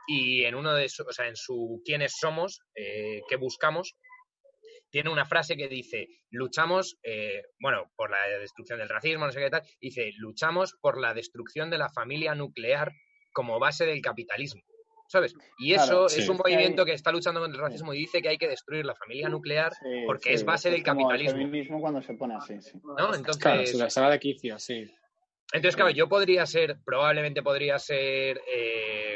y en uno de su, o sea, en su quiénes somos, eh, qué buscamos, tiene una frase que dice, luchamos, eh, bueno, por la destrucción del racismo, no sé qué tal, dice, luchamos por la destrucción de la familia nuclear como base del capitalismo. ¿Sabes? Y eso claro, sí. es un movimiento que está luchando contra el racismo y dice que hay que destruir la familia nuclear sí, porque sí, es base es del como capitalismo. El feminismo cuando se pone así, sí. ¿No? Entonces, claro, se va de quicio, sí. Entonces, claro, yo podría ser, probablemente podría ser eh,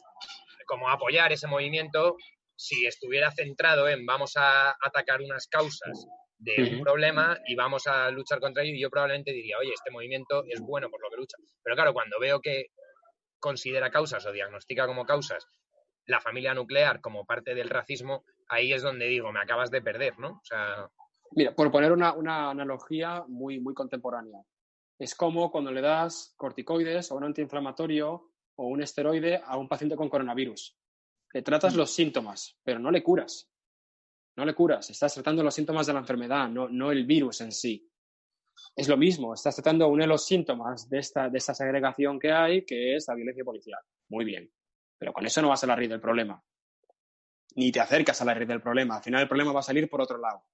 como apoyar ese movimiento si estuviera centrado en vamos a atacar unas causas de un problema y vamos a luchar contra ello, y yo probablemente diría, oye, este movimiento es bueno por lo que lucha. Pero claro, cuando veo que considera causas o diagnostica como causas la familia nuclear como parte del racismo, ahí es donde digo, me acabas de perder, ¿no? O sea... Mira, por poner una, una analogía muy, muy contemporánea, es como cuando le das corticoides o un antiinflamatorio o un esteroide a un paciente con coronavirus. Le tratas mm. los síntomas, pero no le curas. No le curas, estás tratando los síntomas de la enfermedad, no, no el virus en sí. Es lo mismo, estás tratando uno de los síntomas de esta, de esta segregación que hay, que es la violencia policial. Muy bien, pero con eso no vas a la raíz del problema. Ni te acercas a la raíz del problema. Al final el problema va a salir por otro lado.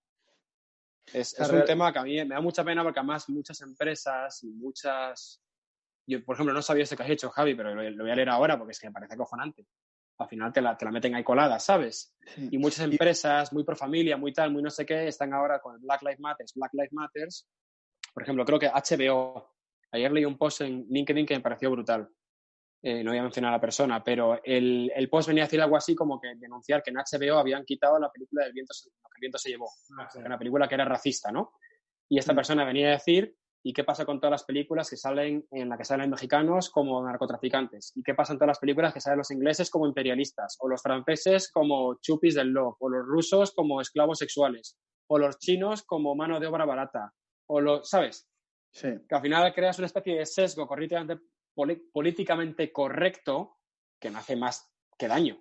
Es, es un tema que a mí me da mucha pena porque además muchas empresas y muchas... Yo, por ejemplo, no sabía esto que has hecho, Javi, pero lo, lo voy a leer ahora porque es que me parece acojonante. Al final te la, te la meten ahí colada, ¿sabes? Sí. Y muchas empresas, muy pro familia, muy tal, muy no sé qué, están ahora con el Black Lives Matter, Black Lives Matter. Por ejemplo, creo que H B O, ayer leí un post en LinkedIn que me pareció brutal. Eh, no voy a mencionar a la persona, pero el, el post venía a decir algo así como que denunciar que en H B O habían quitado la película del viento, lo que el viento se llevó, ah, sí. Una película que era racista, ¿no? Y esta sí. persona venía a decir, ¿y qué pasa con todas las películas que salen en las que salen mexicanos como narcotraficantes? ¿Y qué pasa en todas las películas que salen los ingleses como imperialistas? O los franceses como chupis del love, o los rusos como esclavos sexuales, o los chinos como mano de obra barata, o los, ¿sabes? Sí. Que al final creas una especie de sesgo correctamente, políticamente correcto que no hace más que daño.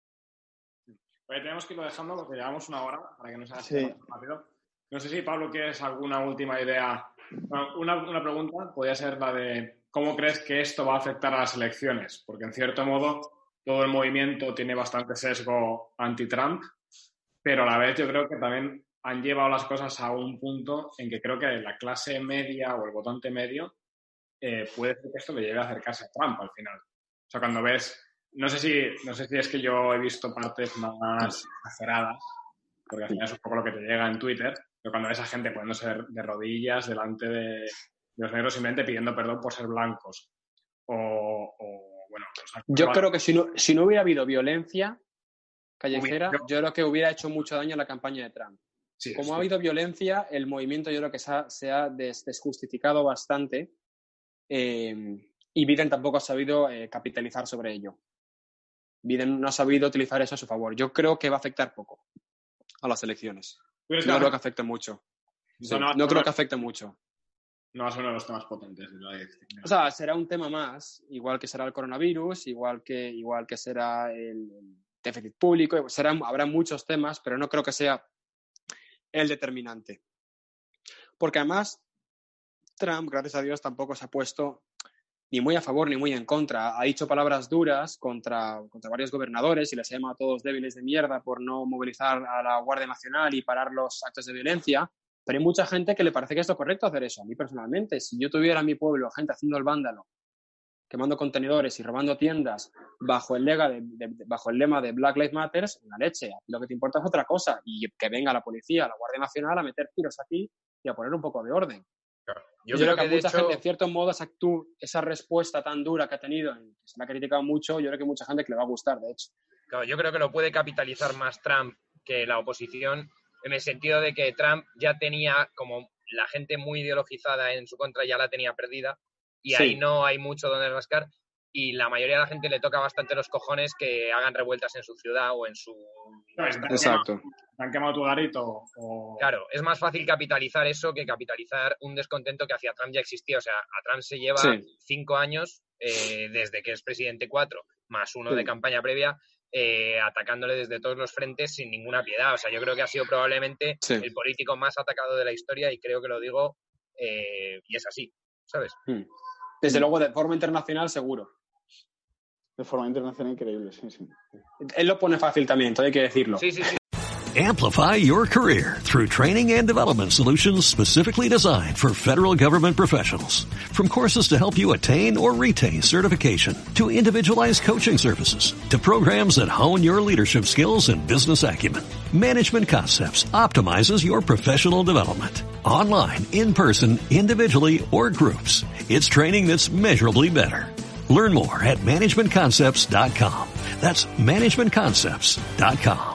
Oye, tenemos que irlo dejando porque llevamos una hora para que no sea sí. más rápido. No sé si, Pablo, ¿quieres alguna última idea? Bueno, una, una pregunta podría ser la de ¿cómo crees que esto va a afectar a las elecciones? Porque, en cierto modo, todo el movimiento tiene bastante sesgo anti-Trump, pero a la vez yo creo que también han llevado las cosas a un punto en que creo que la clase media o el votante medio eh, puede ser que esto le lleve a acercarse a Trump al final. O sea, cuando ves... No sé si, no sé si es que yo he visto partes más exageradas, porque al final es un poco lo que te llega en Twitter, pero cuando ves a gente poniéndose de rodillas delante de, de los negros simplemente pidiendo perdón por ser blancos. O, o bueno... O sea, yo creo que si no, si no hubiera habido violencia callejera, yo, yo creo que hubiera hecho mucho daño a la campaña de Trump. Sí, Como sí. ha habido violencia, el movimiento yo creo que se ha, se ha des, desjustificado bastante eh, y Biden tampoco ha sabido eh, capitalizar sobre ello. Biden no ha sabido utilizar eso a su favor. Yo creo que va a afectar poco a las elecciones. No que creo que afecte mucho. Sí, no, no, no creo que afecte mucho. No va a ser uno de los temas potentes. ¿No? O sea, será un tema más, igual que será el coronavirus, igual que, igual que será el déficit público, será, habrá muchos temas, pero no creo que sea el determinante. Porque además, Trump, gracias a Dios, tampoco se ha puesto ni muy a favor ni muy en contra. Ha dicho palabras duras contra, contra varios gobernadores y les ha llamado a todos débiles de mierda por no movilizar a la Guardia Nacional y parar los actos de violencia, pero hay mucha gente que le parece que es lo correcto hacer eso. A mí personalmente, si yo tuviera en mi pueblo gente haciendo el vándalo, quemando contenedores y robando tiendas bajo el, lega de, de, bajo el lema de Black Lives Matter, la leche. Lo que te importa es otra cosa, y que venga la policía, la Guardia Nacional a meter tiros aquí y a poner un poco de orden. Claro. Yo, Yo creo, creo que, que mucha hecho... gente, en cierto modo, esa, tú, esa respuesta tan dura que ha tenido, que se la ha criticado mucho, yo creo que hay mucha gente que le va a gustar, de hecho. Claro, yo creo que lo puede capitalizar más Trump que la oposición, en el sentido de que Trump ya tenía como la gente muy ideologizada en su contra, ya la tenía perdida, y sí. ahí no hay mucho donde rascar, y la mayoría de la gente le toca bastante los cojones que hagan revueltas en su ciudad o en su... No, exacto. ¿Te han quemado tu garito? O... Claro, es más fácil capitalizar eso que capitalizar un descontento que hacia Trump ya existía. O sea, a Trump se lleva sí. cinco años, eh, desde que es presidente cuatro, más uno sí. de campaña previa, eh, atacándole desde todos los frentes sin ninguna piedad. O sea, yo creo que ha sido probablemente sí. el político más atacado de la historia, y creo que lo digo, eh, y es así, ¿sabes? Desde luego, de forma internacional, seguro. De forma internacional increíble, sí, sí. Él lo pone fácil también, todo hay que decirlo. Sí, sí, sí. Amplify your career through training and development solutions specifically designed for federal government professionals. From courses to help you attain or retain certification, to individualized coaching services, to programs that hone your leadership skills and business acumen, Management Concepts optimizes your professional development. Online, in person, individually, or groups, it's training that's measurably better. Learn more at management concepts dot com. That's management concepts dot com.